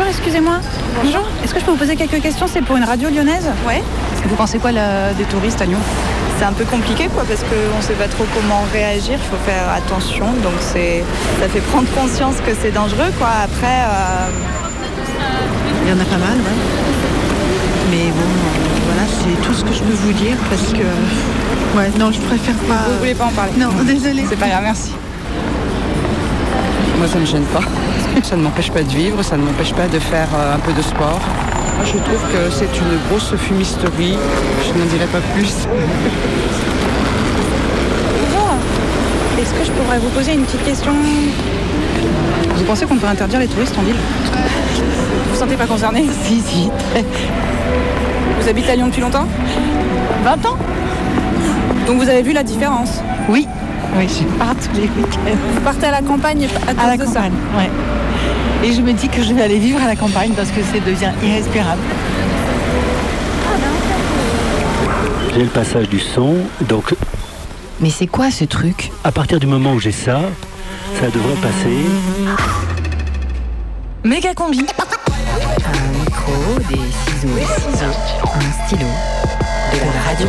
Bonjour, excusez-moi. Bonjour. Est-ce que je peux vous poser quelques questions? C'est pour une radio lyonnaise. Ouais. Vous pensez quoi des touristes à Lyon? C'est un peu compliqué quoi, parce qu'on ne sait pas trop comment réagir, il faut faire attention, donc ça fait prendre conscience que c'est dangereux quoi. Après, il y en a pas mal, ouais. Mais bon, voilà, c'est tout ce que je peux vous dire parce que... Ouais, non, je préfère pas... Vous voulez pas en parler? Non, désolée. C'est pas grave, merci. Moi, ça ne me gêne pas. Ça ne m'empêche pas de vivre, ça ne m'empêche pas de faire un peu de sport. Moi, je trouve que c'est une grosse fumisterie. Je n'en dirai pas plus. Bonjour. Est-ce que je pourrais vous poser une petite question? Vous pensez qu'on peut interdire les touristes en ville? Vous vous sentez pas concerné? Si. Vous habitez à Lyon depuis longtemps? 20 ans. Donc vous avez vu la différence? Oui, je pars tous les week-ends. Vous partez à la campagne à cause de campagne, ça? Ouais. Et je me dis que je vais aller vivre à la campagne parce que ça devient irrespirable. J'ai le passage du son, donc... Mais c'est quoi ce truc? À partir du moment où j'ai ça devrait passer. Méga combi. Un micro, des ciseaux, un stylo, de la radio.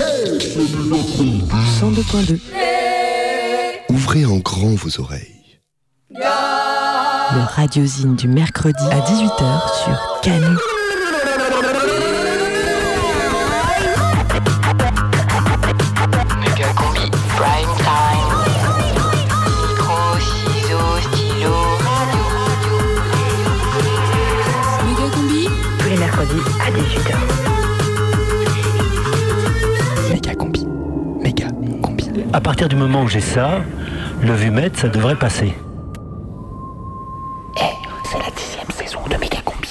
102.2. Ouvrez en grand vos oreilles. Le radiozine du mercredi à 18h sur Canu. Méga combi, prime time. Micro, ciseaux, stylo, radio. Méga combi. Tous les mercredis à 18h. Méga combi. À partir du moment où j'ai ça, le vumètre, ça devrait passer. C'est la 10e saison de Méga combi.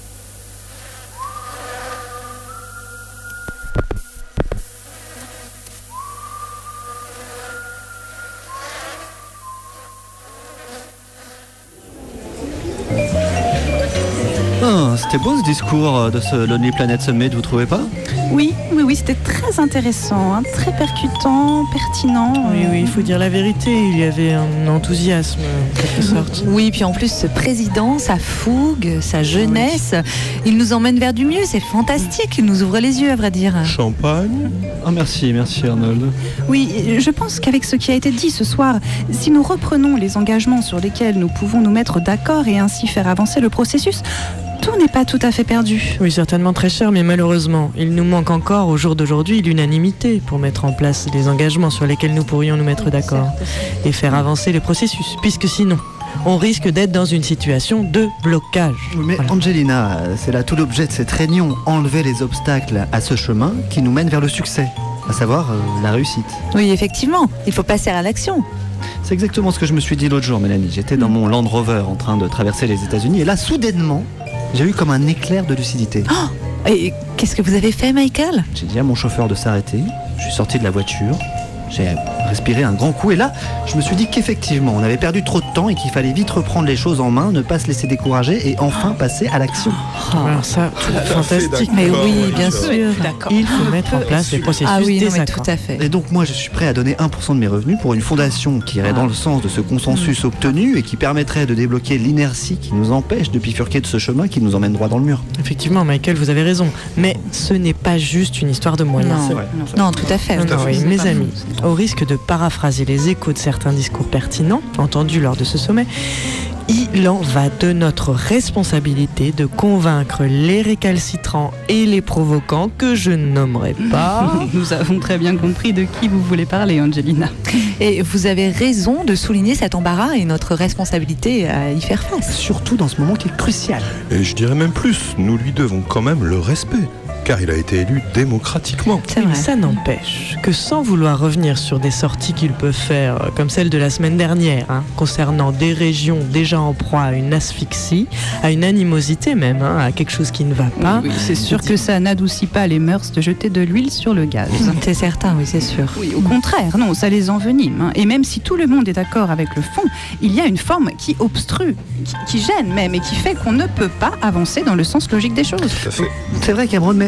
Oh, c'était beau ce discours de ce Lonely Planet Summit, vous trouvez pas? Oui, c'était très intéressant, hein, très percutant, pertinent. Oui, il faut dire la vérité, il y avait un enthousiasme, en quelque sorte. Oui, puis en plus, ce président, sa fougue, sa jeunesse, il nous emmène vers du mieux, c'est fantastique, il nous ouvre les yeux, à vrai dire. Champagne? Ah, merci Arnold. Oui, je pense qu'avec ce qui a été dit ce soir, si nous reprenons les engagements sur lesquels nous pouvons nous mettre d'accord et ainsi faire avancer le processus, tout n'est pas tout à fait perdu. Oui, certainement très cher, mais malheureusement, il nous manque encore au jour d'aujourd'hui l'unanimité pour mettre en place les engagements sur lesquels nous pourrions nous mettre d'accord et faire avancer les processus, puisque sinon, on risque d'être dans une situation de blocage. Mais voilà. Angelina, c'est là tout l'objet de cette réunion, enlever les obstacles à ce chemin qui nous mène vers le succès, à savoir la réussite. Oui, effectivement, il faut passer à l'action. C'est exactement ce que je me suis dit l'autre jour, Mélanie. J'étais dans mon Land Rover en train de traverser les États-Unis et là, soudainement, j'ai eu comme un éclair de lucidité. Oh, et qu'est-ce que vous avez fait, Michael? J'ai dit à mon chauffeur de s'arrêter, je suis sorti de la voiture, j'ai respiré un grand coup et là, je me suis dit qu'effectivement, on avait perdu trop de temps et qu'il fallait vite reprendre les choses en main, ne pas se laisser décourager et enfin passer à l'action. Alors ça, fantastique. Mais oui, bien sûr. Il faut mettre en place les processus mais tout à fait. Et donc moi, je suis prêt à donner 1% de mes revenus pour une fondation qui irait dans le sens de ce consensus obtenu et qui permettrait de débloquer l'inertie qui nous empêche de bifurquer de ce chemin qui nous emmène droit dans le mur. Effectivement, Michael, vous avez raison. Mais ce n'est pas juste une histoire de moyens. Non, tout à fait. Mes amis, au risque de paraphraser les échos de certains discours pertinents entendus lors de ce sommet, il en va de notre responsabilité de convaincre les récalcitrants et les provoquants que je nommerai pas. Nous avons très bien compris de qui vous voulez parler, Angelina. Et vous avez raison de souligner cet embarras et notre responsabilité à y faire face. Surtout dans ce moment qui est crucial. Et je dirais même plus, nous lui devons quand même le respect. Car il a été élu démocratiquement. C'est vrai. Ça n'empêche que sans vouloir revenir sur des sorties qu'il peut faire, comme celle de la semaine dernière, concernant des régions déjà en proie à une asphyxie, à une animosité même, à quelque chose qui ne va pas. Oui, c'est sûr que ça n'adoucit pas les mœurs de jeter de l'huile sur le gaz. C'est certain, oui, c'est sûr. Oui, au contraire, non, ça les envenime. Et même si tout le monde est d'accord avec le fond, il y a une forme qui obstrue, qui gêne même, et qui fait qu'on ne peut pas avancer dans le sens logique des choses. Tout à fait. C'est vrai, Cameron, mais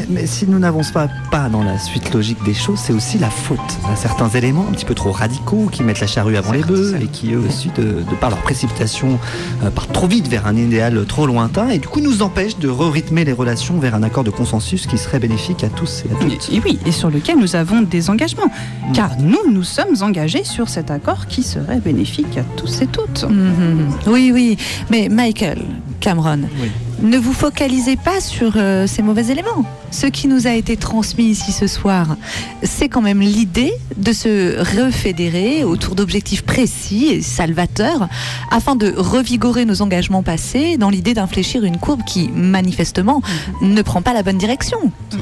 Mais si nous n'avançons pas dans la suite logique des choses, c'est aussi la faute à certains éléments un petit peu trop radicaux qui mettent la charrue avant les bœufs et qui, eux aussi, de par leur précipitation, partent trop vite vers un idéal trop lointain et du coup nous empêchent de rythmer les relations vers un accord de consensus qui serait bénéfique à tous et à toutes. Et oui, et sur lequel nous avons des engagements. Car nous sommes engagés sur cet accord qui serait bénéfique à tous et toutes. Oui, mais Michael, Cameron, ne vous focalisez pas sur ces mauvais éléments. Ce qui nous a été transmis ici ce soir, c'est quand même l'idée de se refédérer autour d'objectifs précis et salvateurs afin de revigorer nos engagements passés dans l'idée d'infléchir une courbe qui, manifestement, ne prend pas la bonne direction.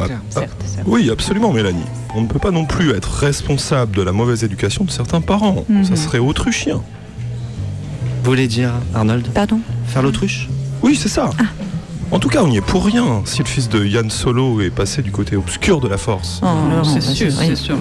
Oui, absolument, Mélanie. On ne peut pas non plus être responsable de la mauvaise éducation de certains parents. Ça serait autruchien. Vous voulez dire, Arnold, Pardon ? faire l'autruche ? Oui, c'est ça. En tout cas, on n'y est pour rien si le fils de Yann Solo est passé du côté obscur de la force. C'est sûr.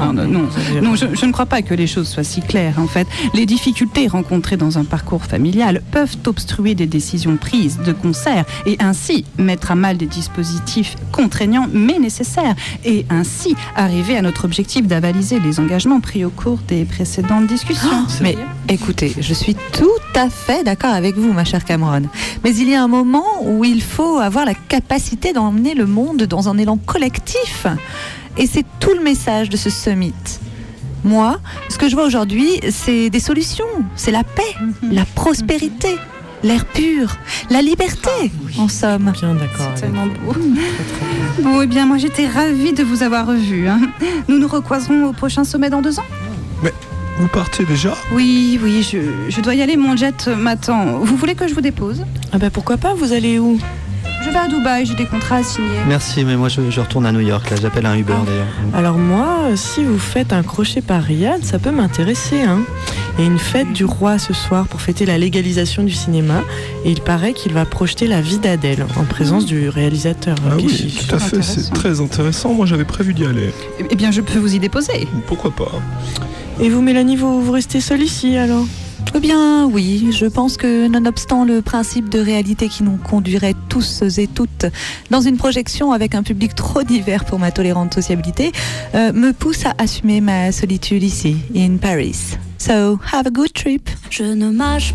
Non, je ne crois pas que les choses soient si claires. En fait, les difficultés rencontrées dans un parcours familial peuvent obstruer des décisions prises de concert et ainsi mettre à mal des dispositifs contraignants mais nécessaires et ainsi arriver à notre objectif d'avaliser les engagements pris au cours des précédentes discussions. Mais écoutez, je suis tout à fait d'accord avec vous, ma chère Cameron. Mais il y a un moment où il faut avoir la capacité d'emmener le monde dans un élan collectif. Et c'est tout le message de ce summit. Moi, ce que je vois aujourd'hui, c'est des solutions. C'est la paix, la prospérité, l'air pur, la liberté, en somme. Bien d'accord. C'est tellement beau. Bon, eh bien, moi, j'étais ravie de vous avoir revu. Nous nous recroiserons au prochain sommet dans 2 ans. Mais vous partez déjà ? Oui, je dois y aller, mon jet m'attend. Vous voulez que je vous dépose ? Ah bah pourquoi pas, vous allez où ? Je vais à Dubaï, j'ai des contrats à signer. Merci, mais moi je retourne à New York, là j'appelle un Uber d'ailleurs. Alors moi, si vous faites un crochet par Riyad, ça peut m'intéresser. Il y a une fête du roi ce soir pour fêter la légalisation du cinéma et il paraît qu'il va projeter La vie d'Adèle en présence du réalisateur. Oui, tout à fait, c'est très intéressant. Moi j'avais prévu d'y aller. Eh bien, je peux vous y déposer. Pourquoi pas ? Et vous, Mélanie, vous restez seule ici alors ? Eh bien, oui, je pense que nonobstant le principe de réalité qui nous conduirait tous et toutes dans une projection avec un public trop divers pour ma tolérante sociabilité, me pousse à assumer ma solitude ici, in Paris. So, have a good trip. Je ne mâche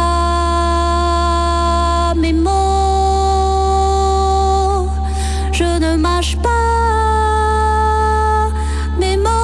pas mes mots. Je ne mâche pas mes mots.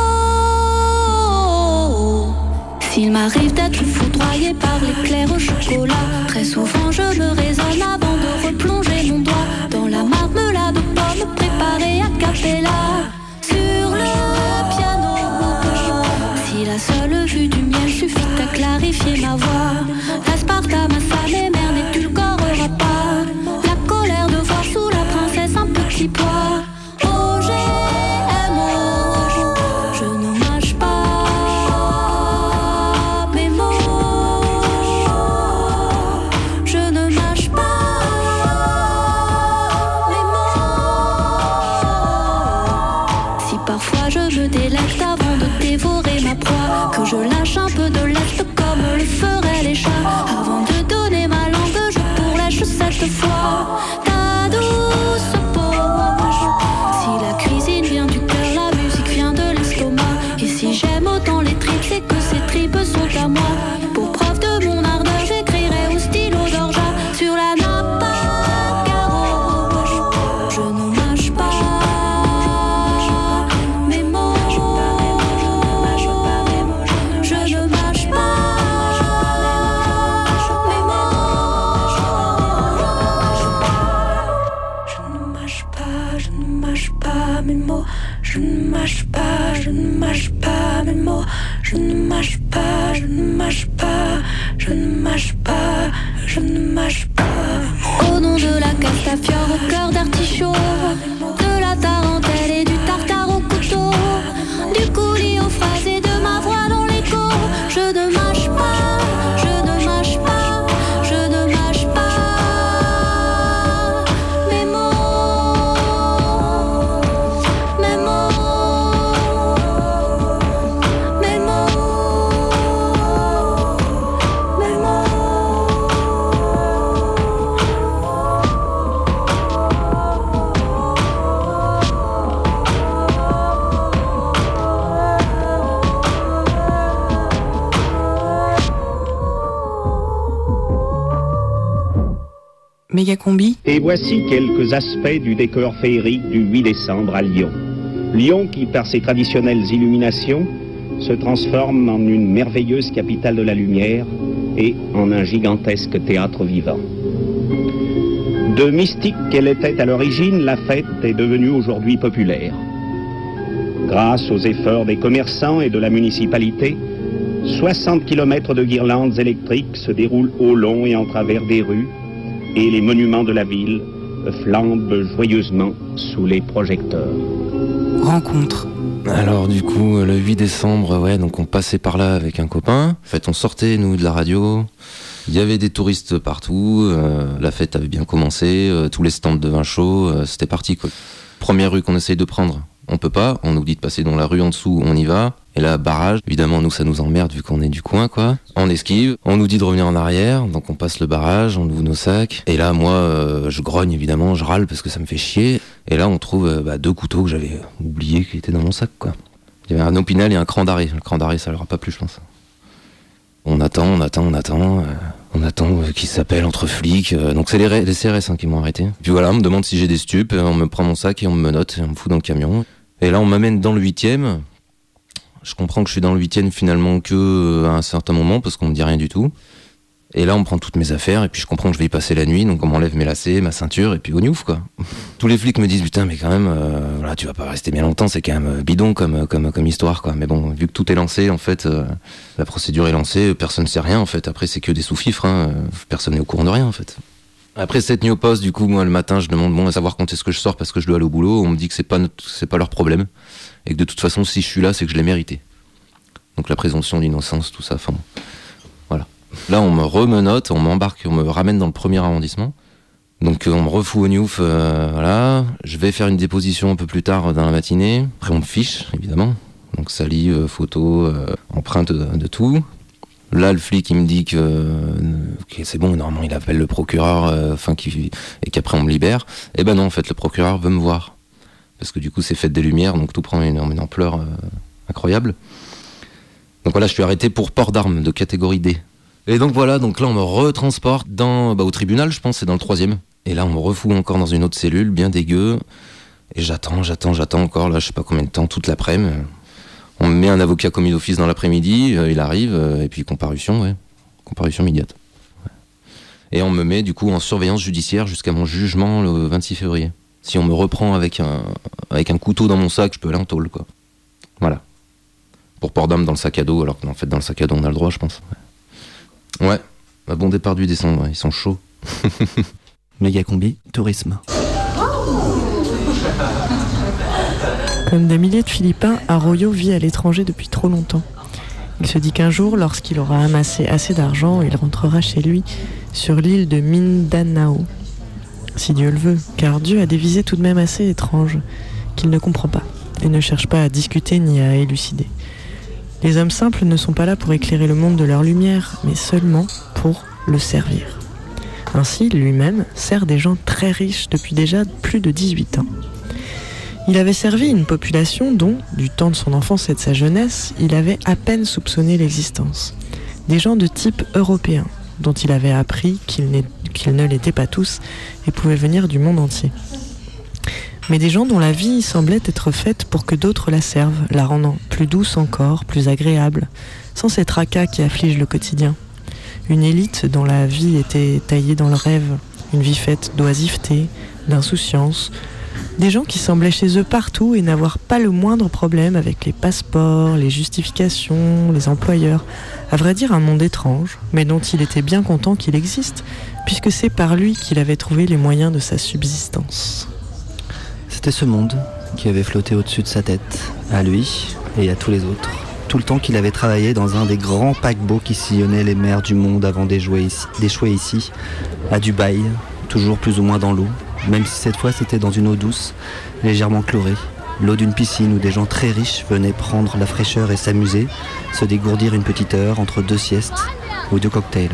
S'il m'arrive d'être foudroyé par l'éclair au chocolat, très souvent je me raisonne avant de replonger mon doigt dans la marmelade aux pommes préparée à cappella sur le piano. Si la seule vue du miel suffit à clarifier ma voix, l'aspartame à sa mémère n'édulcorera pas la colère de voir sous la princesse un petit pois. Oh, GMO, je ne mâche pas mes mots. Je ne mâche pas mes mots. Si parfois je me délecte avant de dévorer ma proie, que je lâche un peu de lest comme le feraient les chats, avant de donner ma langue je pourlèche cette fois ta douce peau. Si la cuisine vient du cœur, la musique vient de l'estomac, et si j'aime autant les tripes, c'est que ces tripes sont à moi. Pour preuve de mon ardeur, j'écrirai au stylo d'orgeat sur la nappe à carreaux. Je ne mâche pas mes mots. Je ne mâche pas mes mots. Je ne mâche pas, je ne mâche pas mes mots. Je ne mâche pas, je ne mâche pas mes mots. Je ne mâche pas, je ne mâche pas, je ne mâche pas, je ne mâche pas. Au nom de la castafiore au cœur d'artichaut, de la tarentelle et du tartare au couteau, du coulis aux phrases et de ma voix dans l'écho, je ne mâche pas, je ne mâche pas, je ne mâche pas mes mots, mes mots, mes mots, mes mots. Mégacombi. Et voici quelques aspects du décor féerique du 8 décembre à Lyon. Lyon qui, par ses traditionnelles illuminations, se transforme en une merveilleuse capitale de la lumière et en un gigantesque théâtre vivant. De mystique qu'elle était à l'origine, la fête est devenue aujourd'hui populaire. Grâce aux efforts des commerçants et de la municipalité, 60 km de guirlandes électriques se déroulent au long et en travers des rues et les monuments de la ville flambent joyeusement sous les projecteurs. Rencontre. Alors du coup, le 8 décembre, ouais, donc on passait par là avec un copain. En fait, on sortait, nous, de la radio. Il y avait des touristes partout. La fête avait bien commencé. Tous les stands de vin chaud, c'était parti, quoi. Première rue qu'on essaye de prendre, on peut pas. On nous dit de passer dans la rue en dessous, on y va. Et là, barrage. Évidemment, nous, ça nous emmerde vu qu'on est du coin, quoi. On esquive. On nous dit de revenir en arrière. Donc, on passe le barrage, on ouvre nos sacs. Et là, moi, je grogne, évidemment. Je râle parce que ça me fait chier. Et là, on trouve 2 couteaux que j'avais oubliés qui étaient dans mon sac, quoi. Il y avait un opinel et un cran d'arrêt. Le cran d'arrêt, ça leur a pas plu, je pense. On attend qu'ils s'appellent entre flics. Donc, c'est les CRS qui m'ont arrêté. Puis voilà, on me demande si j'ai des stupes. On me prend mon sac et on me menotte et on me fout dans le camion. Et là, on m'amène dans le 8e. Je comprends que je suis dans le 8e finalement que à un certain moment parce qu'on me dit rien du tout. Et là on me prend toutes mes affaires et puis je comprends que je vais y passer la nuit, donc on m'enlève mes lacets, ma ceinture et puis au gnouf, quoi. Tous les flics me disent putain mais quand même voilà, tu vas pas rester bien longtemps, c'est quand même bidon comme histoire, quoi. Mais bon, vu que tout est lancé en fait, la procédure est lancée, personne ne sait rien en fait. Après c'est que des sous-fifres, hein. Personne n'est au courant de rien en fait. Après cette nuit au poste, du coup moi le matin je demande à savoir quand est-ce que je sors parce que je dois aller au boulot. On me dit que c'est pas leur problème et que de toute façon si je suis là c'est que je l'ai mérité. Donc la présomption d'innocence, tout ça, enfin voilà. Là on me remenote, on m'embarque, on me ramène dans le 1er arrondissement. Donc on me refout au Newf, voilà. Je vais faire une déposition un peu plus tard dans la matinée. Après on me fiche, évidemment. Donc salive, photo, empreinte de tout. Là le flic il me dit que c'est bon, normalement il appelle le procureur, et qu'après on me libère. Et ben non, en fait le procureur veut me voir. Parce que du coup c'est fête des Lumières, donc tout prend une ampleur incroyable. Donc voilà, je suis arrêté pour port d'armes de catégorie D. Et donc voilà, donc là on me retransporte au tribunal, je pense, c'est dans le 3e. Et là on me refout encore dans une autre cellule, bien dégueu. Et j'attends encore, là je sais pas combien de temps, toute l'après-midi. On me met un avocat commis d'office dans l'après-midi, il arrive, et puis comparution immédiate. Ouais. Et on me met du coup en surveillance judiciaire jusqu'à mon jugement le 26 février. Si on me reprend avec un couteau dans mon sac, je peux aller en tôle, quoi. Voilà. Pour port d'armes dans le sac à dos, alors qu'en fait dans le sac à dos on a le droit, je pense. Ouais, un bon départ du décembre, ils sont chauds. Mégacombi, tourisme. Comme des milliers de Philippins, Arroyo vit à l'étranger depuis trop longtemps. Il se dit qu'un jour, lorsqu'il aura amassé assez d'argent, il rentrera chez lui sur l'île de Mindanao. Si Dieu le veut, car Dieu a des visées tout de même assez étranges qu'il ne comprend pas et ne cherche pas à discuter ni à élucider. Les hommes simples ne sont pas là pour éclairer le monde de leur lumière, mais seulement pour le servir. Ainsi, lui-même sert des gens très riches depuis déjà plus de 18 ans. Il avait servi une population dont, du temps de son enfance et de sa jeunesse, il avait à peine soupçonné l'existence. Des gens de type européen, dont il avait appris qu'ils ne l'étaient pas tous et pouvaient venir du monde entier. Mais des gens dont la vie semblait être faite pour que d'autres la servent, la rendant plus douce encore, plus agréable, sans ces tracas qui affligent le quotidien. Une élite dont la vie était taillée dans le rêve, une vie faite d'oisiveté, d'insouciance, des gens qui semblaient chez eux partout et n'avoir pas le moindre problème avec les passeports, les justifications, les employeurs. À vrai dire, un monde étrange, mais dont il était bien content qu'il existe, puisque c'est par lui qu'il avait trouvé les moyens de sa subsistance. C'était ce monde qui avait flotté au-dessus de sa tête, à lui et à tous les autres. Tout le temps qu'il avait travaillé dans un des grands paquebots qui sillonnaient les mers du monde avant d'échouer ici, à Dubaï, toujours plus ou moins dans l'eau, même si cette fois c'était dans une eau douce, légèrement chlorée, l'eau d'une piscine où des gens très riches venaient prendre la fraîcheur et s'amuser, se dégourdir une petite heure entre 2 siestes ou 2 cocktails.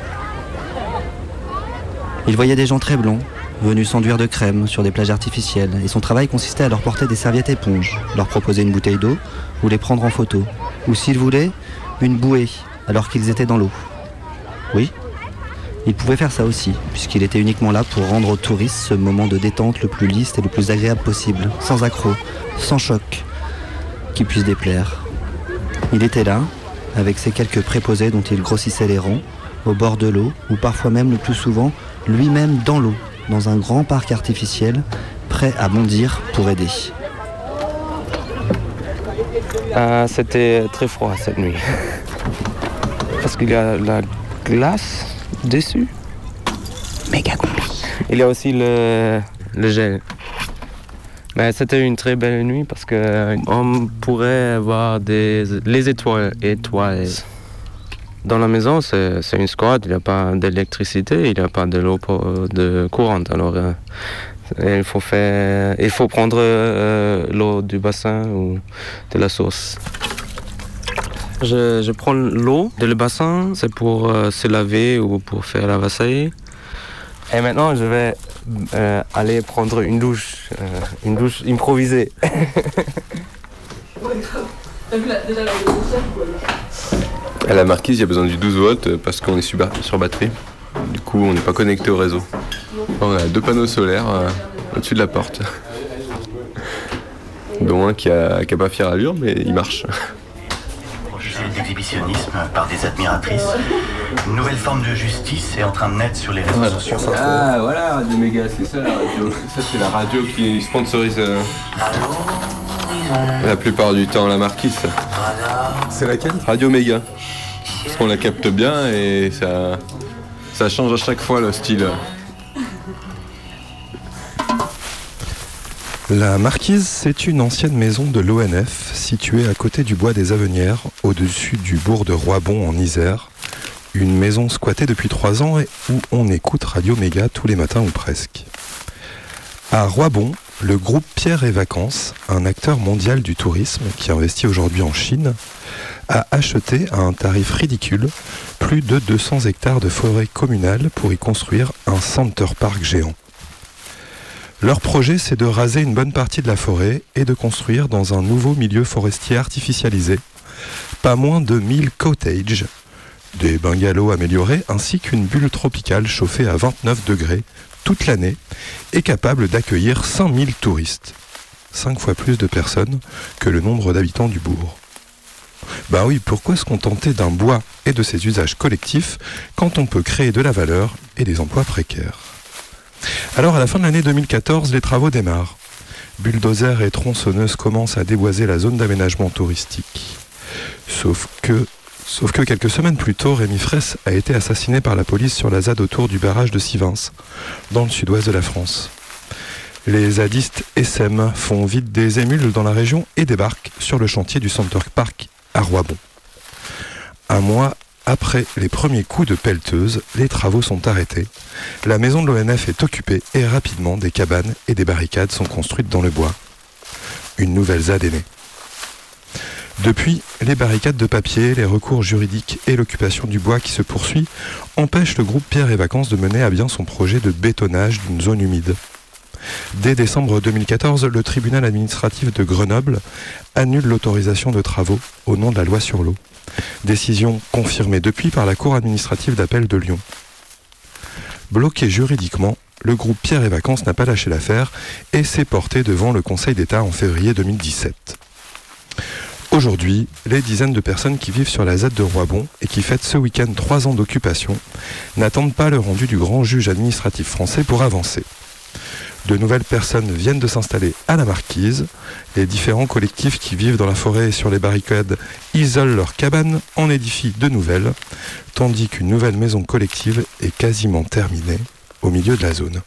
Il voyait des gens très blonds, venus s'enduire de crème sur des plages artificielles, et son travail consistait à leur porter des serviettes éponges, leur proposer une bouteille d'eau, ou les prendre en photo, ou s'ils voulaient, une bouée, alors qu'ils étaient dans l'eau. Oui, Il pouvait faire ça aussi, puisqu'il était uniquement là pour rendre aux touristes ce moment de détente le plus lisse et le plus agréable possible, sans accroc, sans choc, qui puisse déplaire. Il était là, avec ses quelques préposés dont il grossissait les rangs, au bord de l'eau, ou parfois même le plus souvent, lui-même dans l'eau, dans un grand parc artificiel, prêt à bondir pour aider. C'était très froid cette nuit. Parce qu'il y a la glace dessus. Méga combi. Il y a aussi le gel. Mais c'était une très belle nuit parce qu'on pourrait voir les étoiles. Dans la maison, c'est une squat, il n'y a pas d'électricité, il n'y a pas de l'eau courante. Alors, il faut prendre l'eau du bassin ou de la source. Je prends l'eau du bassin, c'est pour se laver ou pour faire la vaisselle. Et maintenant, je vais aller prendre une douche improvisée. À la Marquise, il y a besoin du 12 volts parce qu'on est sur batterie. Du coup, on n'est pas connecté au réseau. On a 2 panneaux solaires au-dessus de la porte. Dont un qui a pas fière allure, mais il marche. D'exhibitionnisme par des admiratrices. Une nouvelle forme de justice est en train de naître sur les réseaux sociaux. Ah voilà, Radio Méga, c'est ça la radio. Ça c'est la radio qui sponsorise la plupart du temps la Marquise. C'est laquelle? Radio Méga. Parce qu'on la capte bien et ça change à chaque fois le style. La Marquise, c'est une ancienne maison de l'ONF située à côté du bois des Avenières, au-dessus du bourg de Roibon en Isère. Une maison squattée depuis 3 ans et où on écoute Radio Méga tous les matins ou presque. À Roibon, le groupe Pierre et Vacances, un acteur mondial du tourisme qui investit aujourd'hui en Chine, a acheté à un tarif ridicule plus de 200 hectares de forêt communale pour y construire un center park géant. Leur projet, c'est de raser une bonne partie de la forêt et de construire dans un nouveau milieu forestier artificialisé pas moins de 1000 cottages, des bungalows améliorés ainsi qu'une bulle tropicale chauffée à 29 degrés toute l'année et capable d'accueillir 5000 touristes. 5 fois plus de personnes que le nombre d'habitants du bourg. Bah oui, pourquoi se contenter d'un bois et de ses usages collectifs quand on peut créer de la valeur et des emplois précaires? Alors à la fin de l'année 2014, les travaux démarrent. Bulldozers et tronçonneuses commencent à déboiser la zone d'aménagement touristique. Sauf que quelques semaines plus tôt, Rémi Fraisse a été assassiné par la police sur la ZAD autour du barrage de Sivens, dans le sud-ouest de la France. Les zadistes SM font vite des émules dans la région et débarquent sur le chantier du Center Park à Roibon. Un mois après les premiers coups de pelleteuse, les travaux sont arrêtés. La maison de l'ONF est occupée et rapidement des cabanes et des barricades sont construites dans le bois. Une nouvelle ZAD est née. Depuis, les barricades de papier, les recours juridiques et l'occupation du bois qui se poursuit empêchent le groupe Pierre et Vacances de mener à bien son projet de bétonnage d'une zone humide. Dès décembre 2014, le tribunal administratif de Grenoble annule l'autorisation de travaux au nom de la loi sur l'eau. Décision confirmée depuis par la Cour administrative d'appel de Lyon. Bloqué juridiquement, le groupe Pierre et Vacances n'a pas lâché l'affaire et s'est porté devant le Conseil d'État en février 2017. Aujourd'hui, les dizaines de personnes qui vivent sur la ZAD de Roibon et qui fêtent ce week-end 3 ans d'occupation n'attendent pas le rendu du grand juge administratif français pour avancer. De nouvelles personnes viennent de s'installer à la Marquise. Les différents collectifs qui vivent dans la forêt et sur les barricades isolent leurs cabanes, en édifient de nouvelles, tandis qu'une nouvelle maison collective est quasiment terminée au milieu de la zone.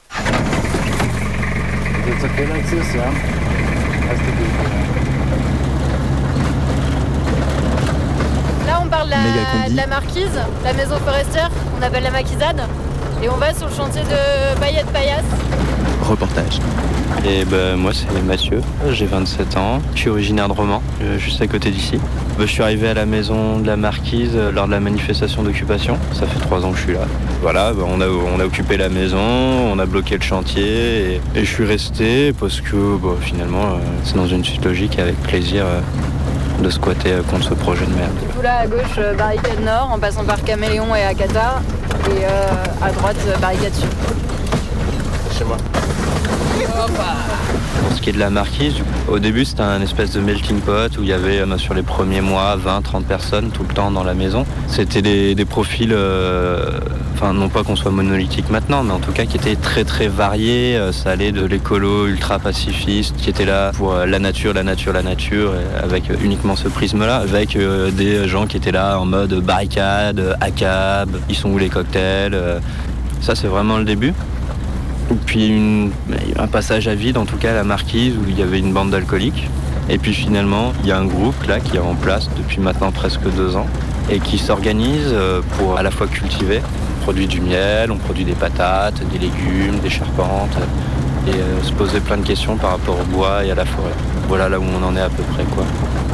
Là, on parle de la Marquise, la maison forestière, on appelle la maquisade, et on va sur le chantier de Bayette-Paillasse. Reportage. Et moi c'est Mathieu, j'ai 27 ans, je suis originaire de Romans, juste à côté d'ici. Je suis arrivé à la maison de la Marquise lors de la manifestation d'occupation, ça fait 3 ans que je suis là. Voilà, on a occupé la maison, on a bloqué le chantier et je suis resté parce que finalement c'est dans une suite logique et avec plaisir de squatter contre ce projet de merde. Du coup là à gauche, barricade nord en passant par Caméléon et Akata. Et À droite, barricade sud. Chez moi. Pour ce qui est de la marquise, au début c'était un espèce de melting pot où il y avait sur les premiers mois 20-30 personnes tout le temps dans la maison. C'était des profils, non pas qu'on soit monolithique maintenant, mais en tout cas qui étaient très très variés. Ça allait de l'écolo ultra pacifiste qui était là pour la nature, avec uniquement ce prisme-là, avec des gens qui étaient là en mode barricade, ACAB, ils sont où les cocktails. Ça c'est vraiment le début. Puis un passage à vide, en tout cas à la marquise, où il y avait une bande d'alcooliques. Et puis finalement, il y a un groupe là qui est en place depuis maintenant presque 2 ans et qui s'organise pour à la fois cultiver. On produit du miel, on produit des patates, des légumes, des charpentes et se poser plein de questions par rapport au bois et à la forêt. Voilà là où on en est à peu près, quoi.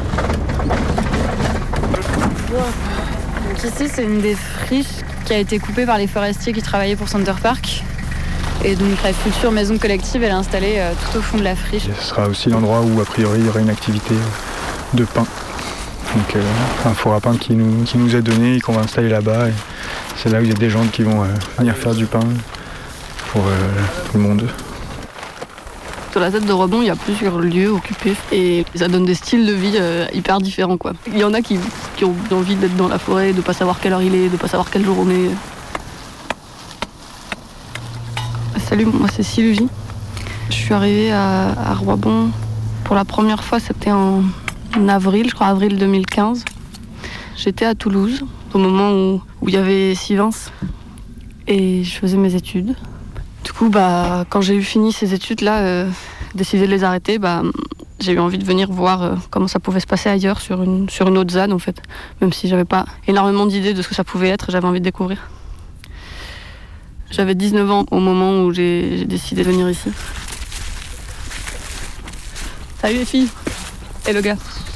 Donc ici, c'est une des friches qui a été coupée par les forestiers qui travaillaient pour Center Park. Et donc la future maison collective, elle est installée tout au fond de la friche. Ce sera aussi l'endroit où, a priori, il y aura une activité de pain. Donc un four à pain qui nous est donné et qu'on va installer là-bas. Et c'est là où il y a des gens qui vont venir faire du pain pour tout le monde. Sur la tête de Roibon, il y a plusieurs lieux occupés et ça donne des styles de vie hyper différents, quoi. Il y en a qui ont envie d'être dans la forêt, de ne pas savoir quelle heure il est, de ne pas savoir quelle jour on est. Salut, moi c'est Sylvie. Je suis arrivée à Roibon pour la première fois, c'était en avril, je crois avril 2015. J'étais à Toulouse, au moment où il y avait Sivens, et je faisais mes études. Du coup, quand j'ai eu fini ces études-là, décidé de les arrêter, j'ai eu envie de venir voir comment ça pouvait se passer ailleurs, sur une autre ZAD en fait. Même si j'avais pas énormément d'idées de ce que ça pouvait être, j'avais envie de découvrir. J'avais 19 ans au moment où j'ai décidé de venir ici. Salut les filles. Et le gars.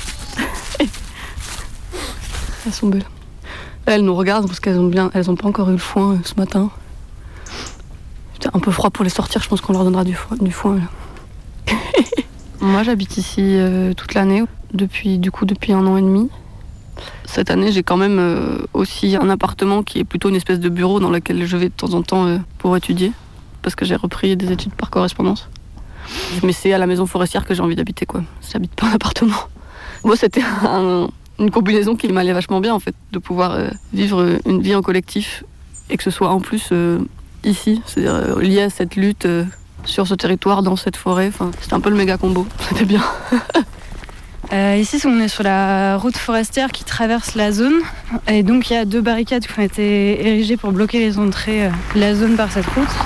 Elles sont belles. Elles nous regardent parce qu'elles ont pas encore eu le foin ce matin. C'était un peu froid pour les sortir, je pense qu'on leur donnera du foin. Là. Moi j'habite ici toute l'année, depuis 1 an et demi. Cette année, j'ai quand même aussi un appartement qui est plutôt une espèce de bureau dans lequel je vais de temps en temps pour étudier, parce que j'ai repris des études par correspondance. Mais c'est à la maison forestière que j'ai envie d'habiter, quoi. J'habite pas en appartement. Moi, c'était une combinaison qui m'allait vachement bien, en fait, de pouvoir vivre une vie en collectif et que ce soit en plus ici, c'est-à-dire lié à cette lutte sur ce territoire, dans cette forêt. Enfin, c'était un peu le méga combo. C'était bien. Ici, on est sur la route forestière qui traverse la zone. Et donc, il y a 2 barricades qui ont été érigées pour bloquer les entrées de la zone par cette route.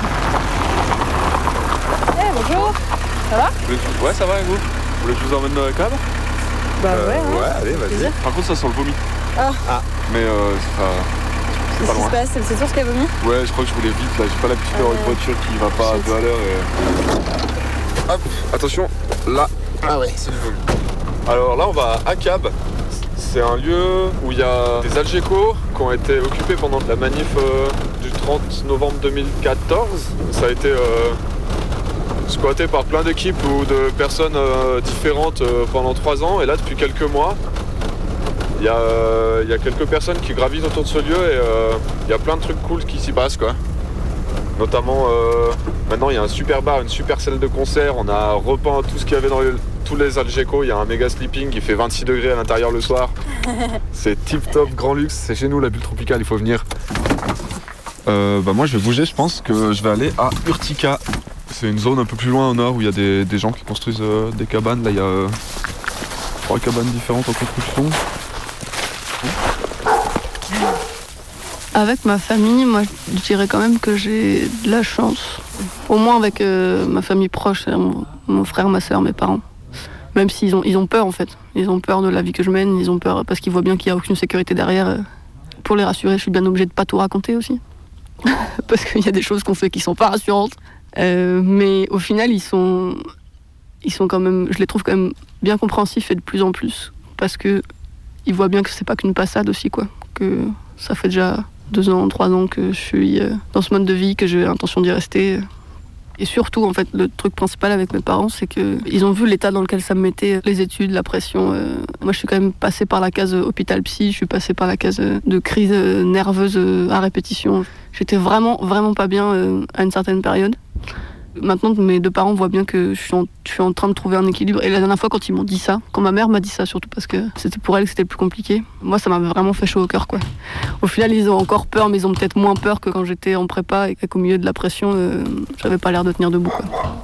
Bonjour. Ça va ? Ouais, ça va et vous ? Vous voulez que je vous emmène dans la cave ? Ouais. Ouais, allez, vas-y. Par contre, ça sent le vomi. Ah. Mais c'est pas loin. Qu'est-ce qui se passe ? C'est sûr ce qu'il y a vomi ? Ouais, je crois que je voulais vite là. J'ai pas l'habitude d'avoir une voiture qui va pas à 2 à l'heure et... Hop, attention, là. Ah ouais, c'est le vomi. Alors là, on va à ACAB. C'est un lieu où il y a des Algeco qui ont été occupés pendant la manif du 30 novembre 2014. Ça a été squatté par plein d'équipes ou de personnes différentes pendant 3 ans. Et là, depuis quelques mois, il y a quelques personnes qui gravitent autour de ce lieu et il y a plein de trucs cool qui s'y passent, quoi. Notamment, maintenant, il y a un super bar, une super salle de concert. On a repeint tout ce qu'il y avait dans tous les Algeco. Il y a un méga sleeping qui fait 26 degrés à l'intérieur le soir. C'est tip top, grand luxe. C'est chez nous, la bulle tropicale, il faut venir. Moi, je vais bouger. Je pense que je vais aller à Urtica. C'est une zone un peu plus loin au nord où il y a des gens qui construisent des cabanes. Là, il y a 3 cabanes différentes en construction. Avec ma famille, moi je dirais quand même que j'ai de la chance. Au moins avec ma famille proche, mon frère, ma soeur, mes parents. Même s'ils ont peur en fait. Ils ont peur de la vie que je mène, ils ont peur parce qu'ils voient bien qu'il n'y a aucune sécurité derrière. Pour les rassurer, je suis bien obligée de pas tout raconter aussi. Parce qu'il y a des choses qu'on fait qui sont pas rassurantes. Mais au final, ils sont quand même, je les trouve quand même bien compréhensifs et de plus en plus. Parce que ils voient bien que c'est pas qu'une passade aussi, quoi. Que ça fait déjà 2 ans, 3 ans que je suis dans ce mode de vie, que j'ai l'intention d'y rester. Et surtout, en fait, le truc principal avec mes parents, c'est qu'ils ont vu l'état dans lequel ça me mettait, les études, la pression. Moi, je suis quand même passée par la case hôpital psy, je suis passée par la case de crise nerveuse à répétition. J'étais vraiment, vraiment pas bien à une certaine période. Maintenant, mes deux parents voient bien que je suis en train de trouver un équilibre. Et la dernière fois, quand ils m'ont dit ça, quand ma mère m'a dit ça, surtout parce que c'était pour elle que c'était le plus compliqué, moi, ça m'a vraiment fait chaud au cœur, quoi. Au final, ils ont encore peur, mais ils ont peut-être moins peur que quand j'étais en prépa et qu'au milieu de la pression, j'avais pas l'air de tenir debout, quoi.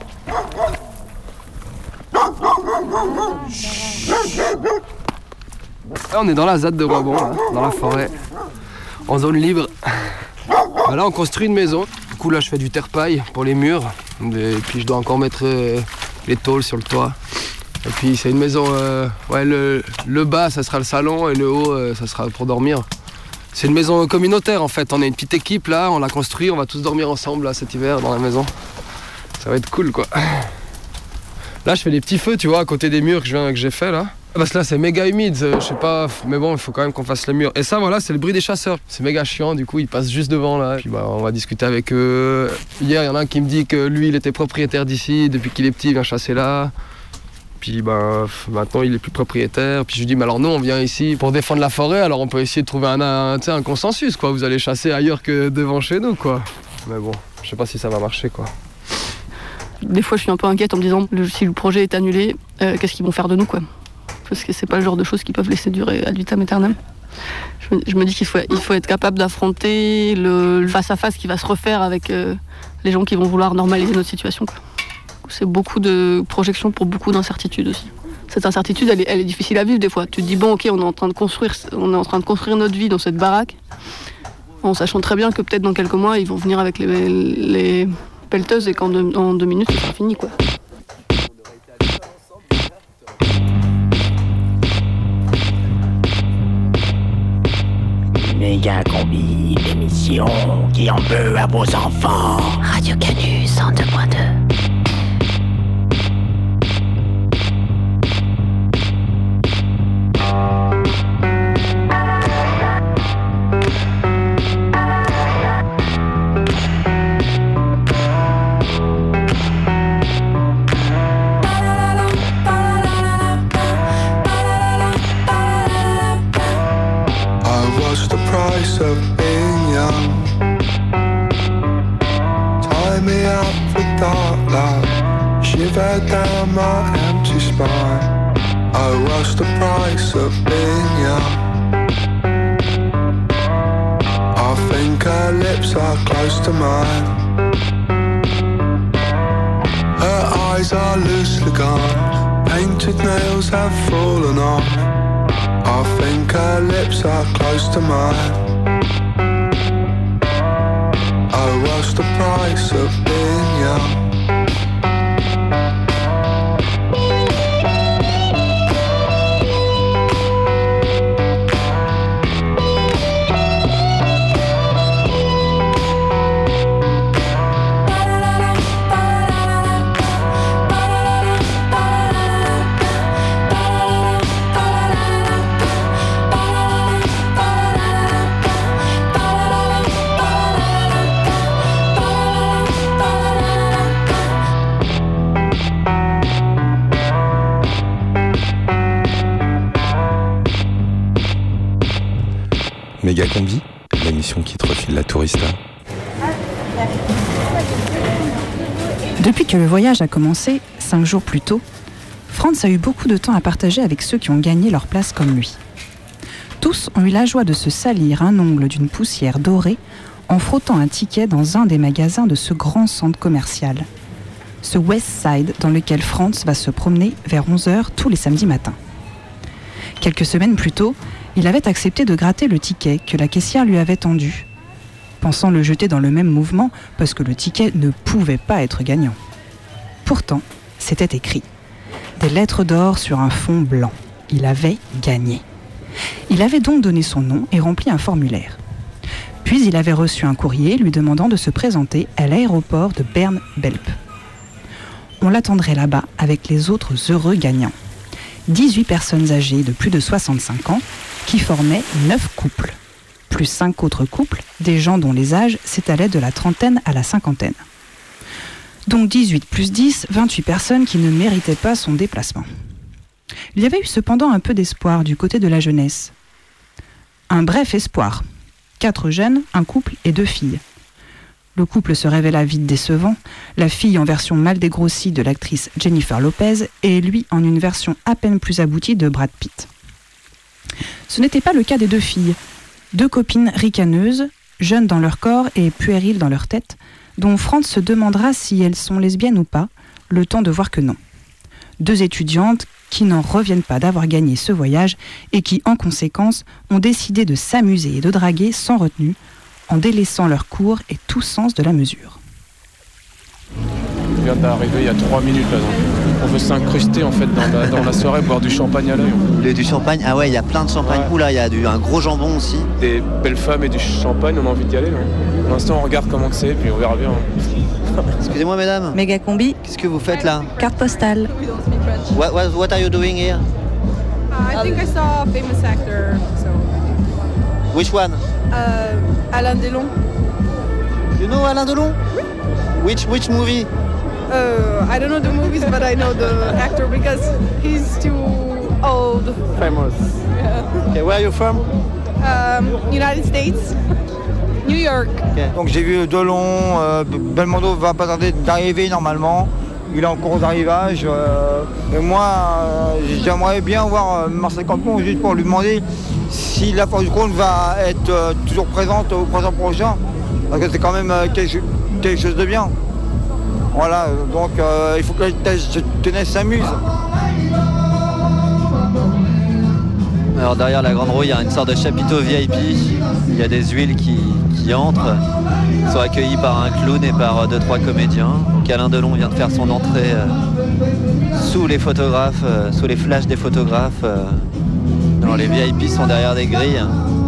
Là, on est dans la ZAD de Roibon, là, dans la forêt, en zone libre. Là, on construit une maison. Du coup, là, je fais du terre-paille pour les murs. Et puis, je dois encore mettre les tôles sur le toit. Et puis, c'est une maison... le bas, ça sera le salon, et le haut, ça sera pour dormir. C'est une maison communautaire, en fait. On est une petite équipe, là. On l'a construit. On va tous dormir ensemble, là, cet hiver, dans la maison. Ça va être cool, quoi. Là, je fais des petits feux, tu vois, à côté des murs que j'ai fait, là. Parce que là, c'est méga humide, je sais pas, mais bon, il faut quand même qu'on fasse les murs. Et ça, voilà, c'est le bruit des chasseurs. C'est méga chiant, du coup, ils passent juste devant, là. Puis, on va discuter avec eux. Hier, il y en a un qui me dit que lui, il était propriétaire d'ici, depuis qu'il est petit, il vient chasser là. Puis, maintenant, il est plus propriétaire. Puis, je lui dis, mais alors, nous, on vient ici pour défendre la forêt, alors on peut essayer de trouver un consensus, quoi. Vous allez chasser ailleurs que devant chez nous, quoi. Mais bon, je sais pas si ça va marcher, quoi. Des fois, je suis un peu inquiète en me disant, si le projet est annulé, qu'est-ce qu'ils vont faire de nous, quoi. Parce que c'est pas le genre de choses qui peuvent laisser durer ad vitam aeternam. Je me dis qu'il faut être capable d'affronter le face-à-face qui va se refaire avec les gens qui vont vouloir normaliser notre situation, quoi. C'est beaucoup de projections pour beaucoup d'incertitudes aussi. Cette incertitude, elle est difficile à vivre des fois. Tu te dis, bon, ok, on est en train de construire notre vie dans cette baraque, en sachant très bien que peut-être dans quelques mois, ils vont venir avec les pelleteuses et qu'en 2 minutes, c'est fini, quoi. Méga Combi, l'émission qui en veut à vos enfants. Radio Canu 102.2. Of being young, tie me up with dark light, shiver down my empty spine. Oh, what's the price of being young? I think her lips are close to mine. Her eyes are loosely gone, painted nails have fallen off. I think her lips are close to mine. Oh, what's the price of being young? Méga Combi, l'émission qui te refile la tourista. Depuis que le voyage a commencé, 5 jours plus tôt, Franz a eu beaucoup de temps à partager avec ceux qui ont gagné leur place comme lui. Tous ont eu la joie de se salir un ongle d'une poussière dorée en frottant un ticket dans un des magasins de ce grand centre commercial. Ce West Side dans lequel Franz va se promener vers 11h tous les samedis matins. Quelques semaines plus tôt, il avait accepté de gratter le ticket que la caissière lui avait tendu, pensant le jeter dans le même mouvement parce que le ticket ne pouvait pas être gagnant. Pourtant, c'était écrit. Des lettres d'or sur un fond blanc. Il avait gagné. Il avait donc donné son nom et rempli un formulaire. Puis il avait reçu un courrier lui demandant de se présenter à l'aéroport de Bern-Belp. On l'attendrait là-bas avec les autres heureux gagnants. 18 personnes âgées de plus de 65 ans qui formaient 9 couples, plus 5 autres couples, des gens dont les âges s'étalaient de la trentaine à la cinquantaine. Donc 18 plus 10, 28 personnes qui ne méritaient pas son déplacement. Il y avait eu cependant un peu d'espoir du côté de la jeunesse. Un bref espoir. 4 jeunes, un couple et 2 filles. Le couple se révéla vite décevant, la fille en version mal dégrossie de l'actrice Jennifer Lopez et lui en une version à peine plus aboutie de Brad Pitt. Ce n'était pas le cas des 2 filles, 2 copines ricaneuses, jeunes dans leur corps et puériles dans leur tête, dont Franz se demandera si elles sont lesbiennes ou pas, le temps de voir que non. 2 étudiantes qui n'en reviennent pas d'avoir gagné ce voyage et qui, en conséquence, ont décidé de s'amuser et de draguer sans retenue, en délaissant leur cours et tout sens de la mesure. On vient d'arriver il y a 3 minutes là, donc on veut s'incruster en fait dans la soirée, boire du champagne à l'œil. Du champagne, ah ouais, il y a plein de champagne. Ouais. Oula, il y a un gros jambon aussi. Des belles femmes et du champagne, on a envie d'y aller. Là. Pour l'instant, on regarde comment que c'est, puis on verra bien. Excusez-moi, mesdames. Méga combi. Qu'est-ce que vous faites là? Carte postale. What are you doing here? I think I saw a famous actor. So. Which one? Alain Delon. You know Alain Delon? Which movie? I don't know the movies, but I know the actor because he's too old. Famous. Yeah. Okay, where are you from? United States. New York. Okay. Donc j'ai vu Delon, Belmondo va pas tarder d'arriver normalement. Il est en cours d'arrivage. Et moi, j'aimerais bien voir Marcel Campion juste pour lui demander si la force du compte va être toujours présente au printemps prochain. Parce que c'est quand même quelque chose de bien. Voilà, donc il faut que la jeunesse s'amuse. Alors derrière la grande roue, il y a une sorte de chapiteau VIP. Il y a des huiles qui entrent. Ils sont accueillis par un clown et par 2-3 comédiens. Donc Alain Delon vient de faire son entrée sous les photographes, sous les flashs des photographes. Alors les VIP sont derrière des grilles.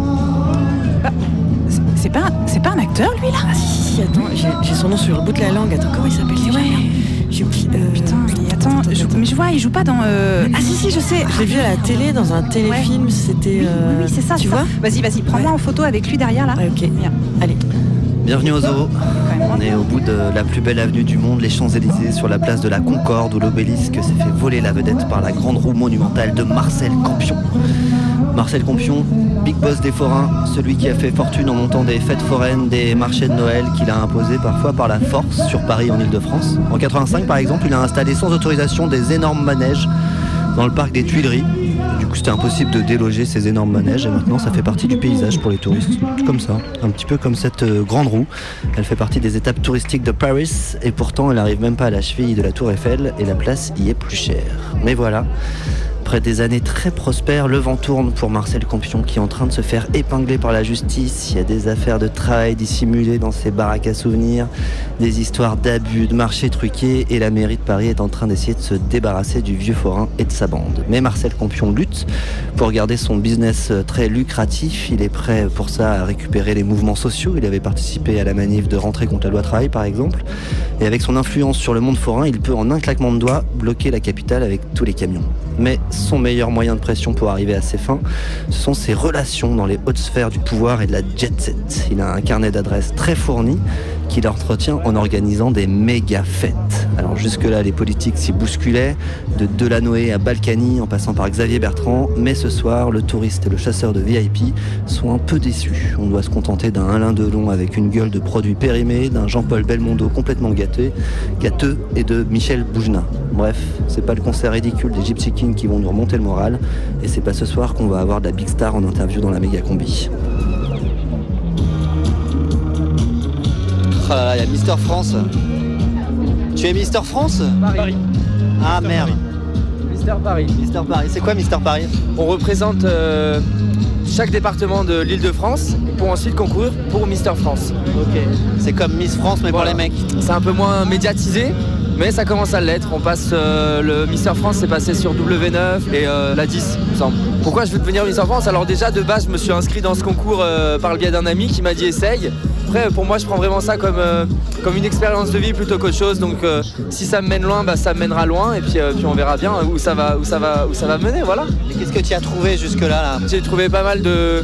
C'est pas un acteur, lui, là? Ah si, attends, j'ai son nom sur le bout de la langue. Attends, comment il s'appelle déjà? Putain, attends, mais je vois, il joue pas dans... Ah si, je sais. Je l'ai vu à la télé, dans un téléfilm, ouais. C'était... Oui, c'est ça, tu vois. Vas-y, prends-moi en photo avec lui derrière, là. Ouais, ok, bien. Allez. Bienvenue au zoo. On est au bout de la plus belle avenue du monde, les Champs-Élysées, sur la place de la Concorde, où l'obélisque s'est fait voler la vedette par la grande roue monumentale de Marcel Campion. Marcel Campion, big boss des forains, celui qui a fait fortune en montant des fêtes foraines, des marchés de Noël qu'il a imposés parfois par la force sur Paris en Ile-de-France. En 85 par exemple, il a installé sans autorisation des énormes manèges dans le parc des Tuileries. Du coup c'était impossible de déloger ces énormes manèges et maintenant ça fait partie du paysage pour les touristes. Comme ça, un petit peu comme cette grande roue. Elle fait partie des étapes touristiques de Paris et pourtant elle n'arrive même pas à la cheville de la Tour Eiffel et la place y est plus chère. Mais voilà. Après des années très prospères, le vent tourne pour Marcel Campion qui est en train de se faire épingler par la justice. Il y a des affaires de travail dissimulées dans ses baraques à souvenirs, des histoires d'abus, de marchés truqués et la mairie de Paris est en train d'essayer de se débarrasser du vieux forain et de sa bande. Mais Marcel Campion lutte pour garder son business très lucratif. Il est prêt pour ça à récupérer les mouvements sociaux. Il avait participé à la manif de rentrée contre la loi travail par exemple. Et avec son influence sur le monde forain, il peut en un claquement de doigts bloquer la capitale avec tous les camions. Mais son meilleur moyen de pression pour arriver à ses fins, ce sont ses relations dans les hautes sphères du pouvoir et de la jet-set. Il a un carnet d'adresses très fourni qu'il entretient en organisant des méga fêtes. Alors jusque-là, les politiques s'y bousculaient, de Delanoë à Balkany, en passant par Xavier Bertrand, mais ce soir, le touriste et le chasseur de VIP sont un peu déçus. On doit se contenter d'un Alain Delon avec une gueule de produits périmés, d'un Jean-Paul Belmondo complètement gâteux et de Michel Boujna. Bref, c'est pas le concert ridicule des Gypsy Kings qui vont nous remonter le moral, et c'est pas ce soir qu'on va avoir de la big star en interview dans la méga combi. Oh là là, il y a Mister France. Tu es Mister France? Paris. Ah Mister merde. Mister Paris. Mister Paris. C'est quoi Mister Paris? On représente chaque département de l'Île-de-France pour ensuite concourir pour Mister France. Ok. C'est comme Miss France mais voilà. Pour les mecs. C'est un peu moins médiatisé. Mais ça commence à l'être. On passe le Mister France, c'est passé sur W9 et la 10, il me semble. Pourquoi je veux devenir Mister France? Alors déjà de base, je me suis inscrit dans ce concours par le biais d'un ami qui m'a dit essaye. Après, pour moi, je prends vraiment ça comme une expérience de vie plutôt qu'autre chose. Donc, si ça me mène loin, bah, ça me mènera loin. Et puis on verra bien où ça va mener, voilà. Et qu'est-ce que tu as trouvé jusque-là là? J'ai trouvé pas mal de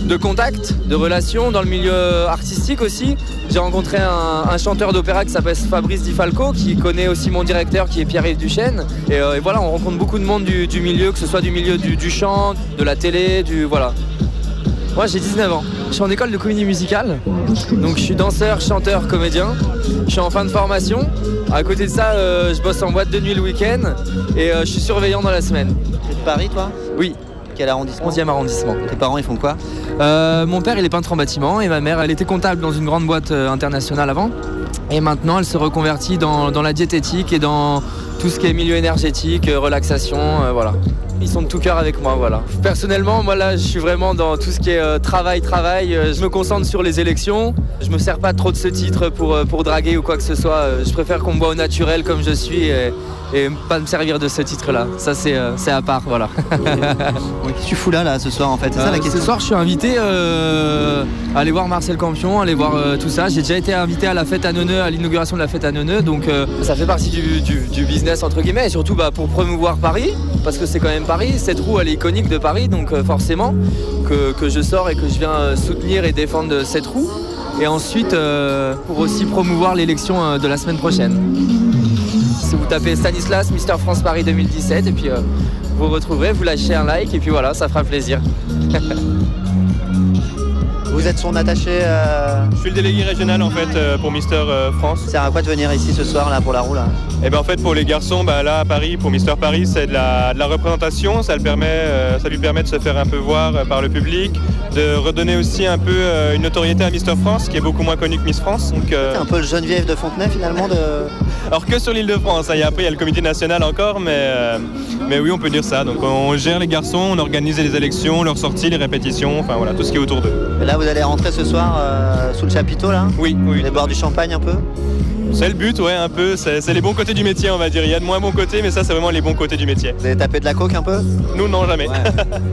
de contacts, de relations dans le milieu artistique aussi. J'ai rencontré un chanteur d'opéra qui s'appelle Fabrice Di Falco, qui connaît aussi mon directeur qui est Pierre-Yves Duchesne. Et voilà, on rencontre beaucoup de monde du milieu, que ce soit du milieu du chant, de la télé, voilà. Moi j'ai 19 ans, je suis en école de comédie musicale, donc je suis danseur, chanteur, comédien. Je suis en fin de formation. À côté de ça, je bosse en boîte de nuit le week-end et je suis surveillant dans la semaine. T'es de Paris toi ? Oui. Quel arrondissement ? 11e arrondissement. Tes parents ils font quoi ? Mon père il est peintre en bâtiment et ma mère elle était comptable dans une grande boîte internationale avant. Et maintenant elle se reconvertit dans la diététique et dans tout ce qui est milieu énergétique, relaxation, voilà. Ils sont de tout cœur avec moi, voilà. Personnellement, moi là, je suis vraiment dans tout ce qui est travail. Je me concentre sur les élections. Je me sers pas trop de ce titre pour draguer ou quoi que ce soit. Je préfère qu'on me voit au naturel comme je suis et pas me servir de ce titre-là. Ça, c'est à part, voilà. Qu'est-ce que tu fous là ce soir en fait ? C'est ça la question. Ce soir, je suis invité à aller voir Marcel Campion, aller voir tout ça. J'ai déjà été invité à la fête à Neuneu, à l'inauguration de la fête à Neuneu. Donc ça fait partie du business entre guillemets et surtout pour promouvoir Paris parce que c'est quand même Paris, cette roue elle est iconique de Paris, donc forcément que je sors et que je viens soutenir et défendre cette roue. Et ensuite pour aussi promouvoir l'élection de la semaine prochaine. Si vous tapez Stanislas, Mister France Paris 2017 et puis vous retrouverez, vous lâchez un like et puis voilà, ça fera plaisir. Vous êtes son attaché Je suis le délégué régional en fait pour Mister France. Ça sert à quoi de venir ici ce soir là pour la roue là ? Et ben en fait pour les garçons là à Paris, pour Mister Paris, c'est de la représentation, ça lui permet de se faire un peu voir par le public, de redonner aussi un peu une notoriété à Mister France qui est beaucoup moins connu que Miss France. Donc, c'est un peu le Geneviève de Fontenay finalement de... Alors que sur l'île de France, après il y a le comité national encore, mais oui on peut dire ça. Donc on gère les garçons, on organise les élections, leurs sorties, les répétitions, enfin voilà tout ce qui est autour d'eux. Et là vous allez rentrer ce soir sous le chapiteau là ? Oui. Vous allez boire du champagne un peu ? C'est le but, ouais, un peu. C'est les bons côtés du métier, on va dire. Il y a de moins bons côtés, mais ça, c'est vraiment les bons côtés du métier. Vous avez tapé de la coke un peu ? Nous, non, jamais. Ouais.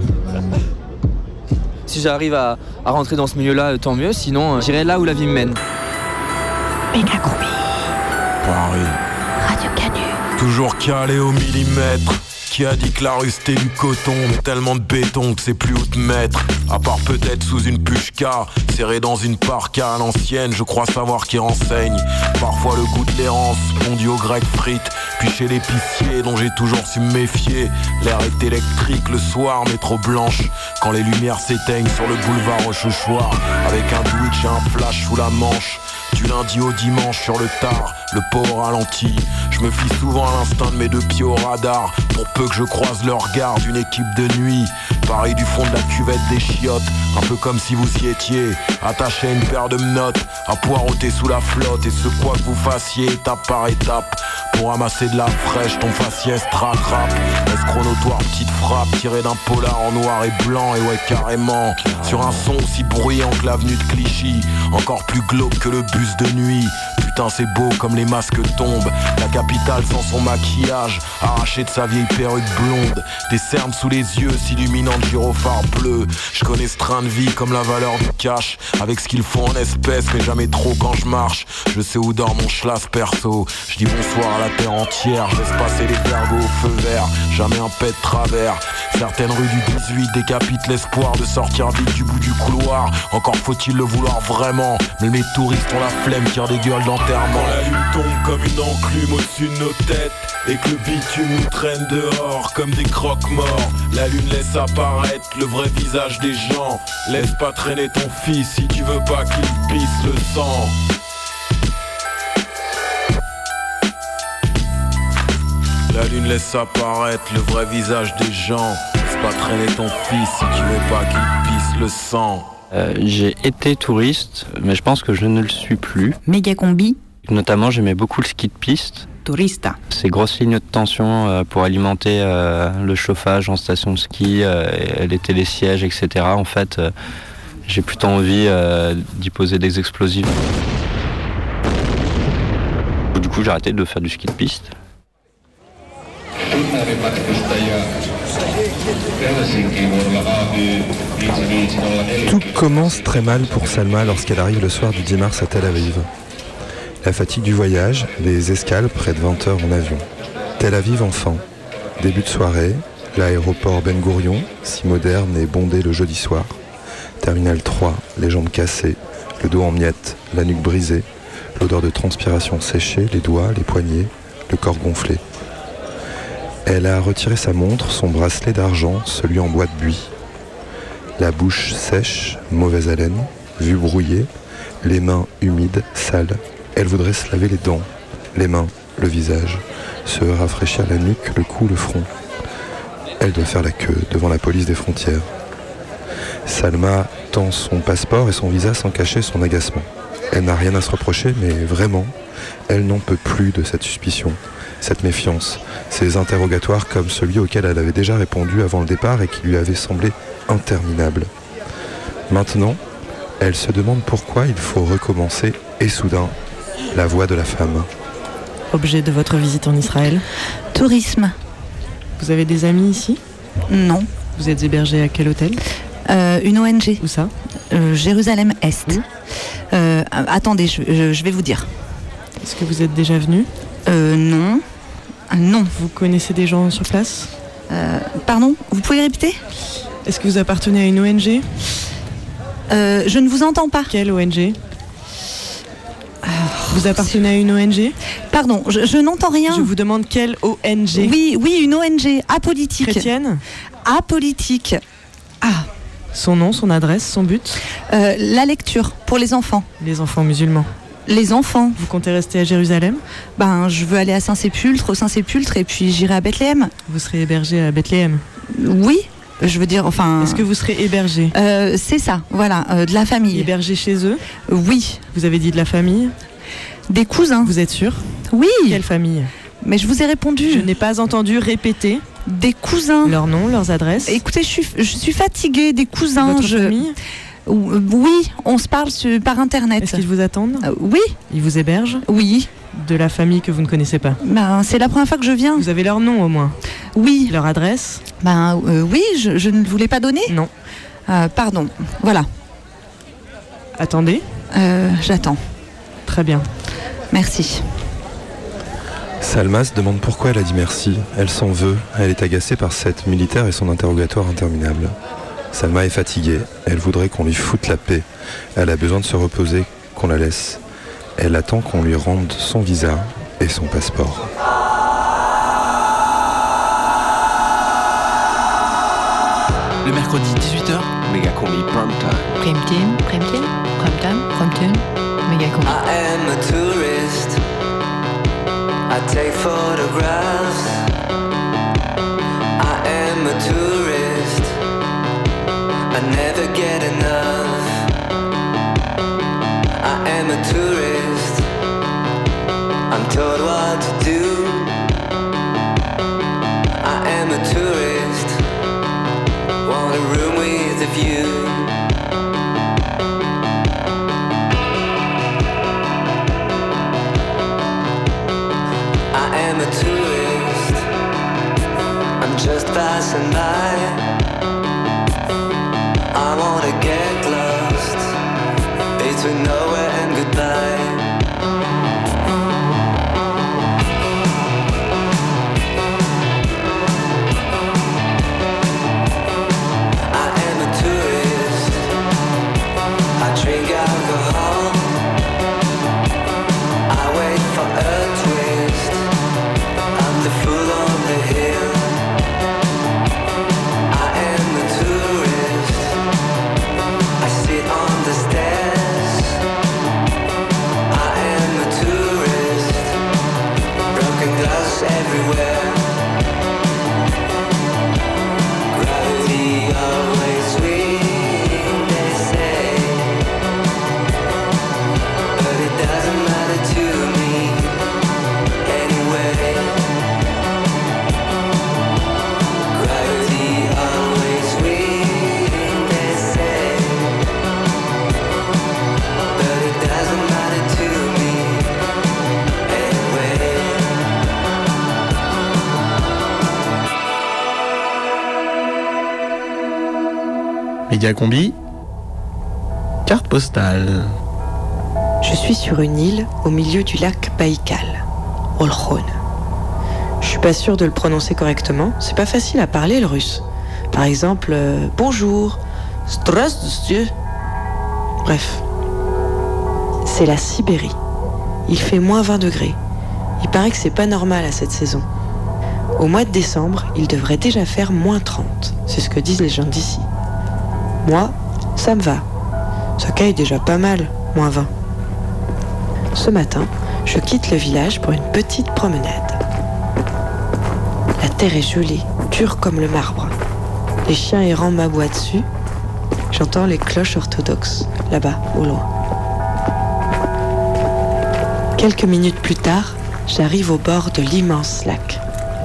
Si j'arrive à rentrer dans ce milieu-là, tant mieux. Sinon, j'irai là où la vie me mène. Mégacombi. Paris. Radio Canu. Toujours calé au millimètre. Qui a dit que la rue c'était du coton, mais tellement de béton que c'est plus où te mettre. À part peut-être sous une pushka, serré dans une parka à l'ancienne, je crois savoir qui renseigne. Parfois le goût de l'errance, pondu au grec frites, puis chez l'épicier dont j'ai toujours su me méfier. L'air est électrique le soir, mais trop blanche, quand les lumières s'éteignent sur le boulevard Rochechouart. Avec un Twitch et un flash sous la manche. Du lundi au dimanche sur le tard, le pot au ralenti. Je me fie souvent à l'instinct de mes deux pieds au radar, pour peu que je croise le regard d'une équipe de nuit. Pareil du fond de la cuvette des chiottes, un peu comme si vous y étiez, attaché à une paire de menottes, à poireauter sous la flotte. Et ce quoi que vous fassiez, étape par étape, pour ramasser de la fraîche, ton faciès traque-rap. Escronotoire, petite frappe, tirée d'un polar en noir et blanc. Et ouais carrément, sur un son aussi bruyant que l'avenue de Clichy, encore plus glauque que le bus de nuit. Putain c'est beau comme les masques tombent. La capitale sans son maquillage, arraché de sa vieille perruque blonde. Des cernes sous les yeux s'illuminant de gyrophares bleus. Je connais ce train de vie comme la valeur du cash, avec ce qu'il faut en espèces, mais jamais trop quand je marche. Je sais où dort mon schlass perso. Je dis bonsoir à la terre entière, je laisse passer les vergos au feu vert. Jamais un pet de travers. Certaines rues du 18 décapitent l'espoir de sortir vite du bout du couloir. Encore faut-il le vouloir vraiment, mais mes touristes ont la flemme, tirent des gueules d'enterrement. La lune tombe comme une enclume au-dessus de nos têtes, et que le bitume nous traîne dehors comme des croque-morts. La lune laisse apparaître le vrai visage des gens. Laisse pas traîner ton fils si tu veux pas qu'il pisse le sang. La lune laisse apparaître le vrai visage des gens. Laisse pas traîner ton fils si tu veux pas qu'il pisse le sang. J'ai été touriste, mais je pense que je ne le suis plus. Mégacombi. Notamment, j'aimais beaucoup le ski de piste. Tourista. Ces grosses lignes de tension pour alimenter le chauffage en station de ski, les télésièges, etc. En fait, j'ai plutôt envie d'y poser des explosifs. Du coup, j'ai arrêté de faire du ski de piste. Tout commence très mal pour Salma lorsqu'elle arrive le soir du 10 mars à Tel Aviv. La fatigue du voyage, les escales près de 20 heures en avion. Tel Aviv enfant, début de soirée, l'aéroport Ben Gourion, si moderne et bondé le jeudi soir. Terminal 3, les jambes cassées, le dos en miettes, la nuque brisée, l'odeur de transpiration séchée, les doigts, les poignets, le corps gonflé. Elle a retiré sa montre, son bracelet d'argent, celui en bois de buis. La bouche sèche, mauvaise haleine, vue brouillée, les mains humides, sales. Elle voudrait se laver les dents, les mains, le visage, se rafraîchir la nuque, le cou, le front. Elle doit faire la queue devant la police des frontières. Salma tend son passeport et son visa sans cacher son agacement. Elle n'a rien à se reprocher, mais vraiment, elle n'en peut plus de cette suspicion, cette méfiance, ces interrogatoires comme celui auquel elle avait déjà répondu avant le départ et qui lui avait semblé interminable. Maintenant, elle se demande pourquoi il faut recommencer et soudain, la voix de la femme. Objet de votre visite en Israël? Tourisme. Vous avez des amis ici? Non. Vous êtes hébergé à quel hôtel? Une ONG. Où ça? Jérusalem-Est. Attendez, je vais vous dire. Est-ce que vous êtes déjà venu? Non. Non. Vous connaissez des gens sur place? Pardon? Vous pouvez répéter? Est-ce que vous appartenez à une ONG? Je ne vous entends pas. Quelle ONG? Vous appartenez à une ONG? Pardon, je n'entends rien. Je vous demande quelle ONG? Oui, une ONG apolitique. Chrétienne? Apolitique. Ah. Son nom, son adresse, son but? La lecture pour les enfants. Les enfants musulmans. Les enfants. Vous comptez rester à Jérusalem? Je veux aller à Saint-Sépulcre, au Saint-Sépulcre, et puis j'irai à Bethléem. Vous serez hébergé à Bethléem? Oui. Je veux dire, enfin... Est-ce que vous serez hébergé? C'est ça, voilà, de la famille. Hébergé chez eux? Oui. Vous avez dit de la famille? Des cousins. Vous êtes sûr? Oui. Quelle famille? Mais je vous ai répondu. Je n'ai pas entendu répéter. Des cousins. Leurs noms, leurs adresses? Écoutez, je suis fatiguée, des cousins. Votre famille? Oui, on se parle par Internet. Est-ce qu'ils vous attendent? Oui. Ils vous hébergent? Oui. De la famille que vous ne connaissez pas? C'est la première fois que je viens. Vous avez leur nom au moins? Oui. Leur adresse? Oui, je ne vous l'ai pas donné? Non. Pardon, voilà. Attendez. J'attends. Très bien. Merci. Salma se demande pourquoi elle a dit merci. Elle s'en veut. Elle est agacée par cette militaire et son interrogatoire interminable. Salma est fatiguée. Elle voudrait qu'on lui foute la paix. Elle a besoin de se reposer, qu'on la laisse. Elle attend qu'on lui rende son visa et son passeport. Le mercredi 18h, Megacombi Prime Time. Prime Time, Megacombi. I am a tourist. I take photographs. I am a tourist. I never get enough. I am a tourist. I'm told what to do. I am a tourist. Want a room with a view. I am a tourist. I'm just passing by. I wanna get lost between nowhere and goodbye. Drink alcohol. I wait for a twist. I'm the fool on the hill. I am a tourist. I sit on the stairs. I am a tourist. Broken glass everywhere. Gravity always swings, they say. Doesn't matter to me anyway. Gravity always wins, they say. But it doesn't matter to me anyway. Megacombi, carte postale. Je suis sur une île au milieu du lac Baïkal, Olkhon. Je suis pas sûre de le prononcer correctement, c'est pas facile à parler le russe. Par exemple, bonjour, здравствуйте. Bref. C'est la Sibérie. Il fait moins 20 degrés. Il paraît que c'est pas normal à cette saison. Au mois de décembre, il devrait déjà faire moins 30. C'est ce que disent les gens d'ici. Moi, ça me va. Ça caille déjà pas mal, moins 20. Ce matin, je quitte le village pour une petite promenade. La terre est gelée, dure comme le marbre. Les chiens errants m'aboient dessus. J'entends les cloches orthodoxes, là-bas, au loin. Quelques minutes plus tard, j'arrive au bord de l'immense lac.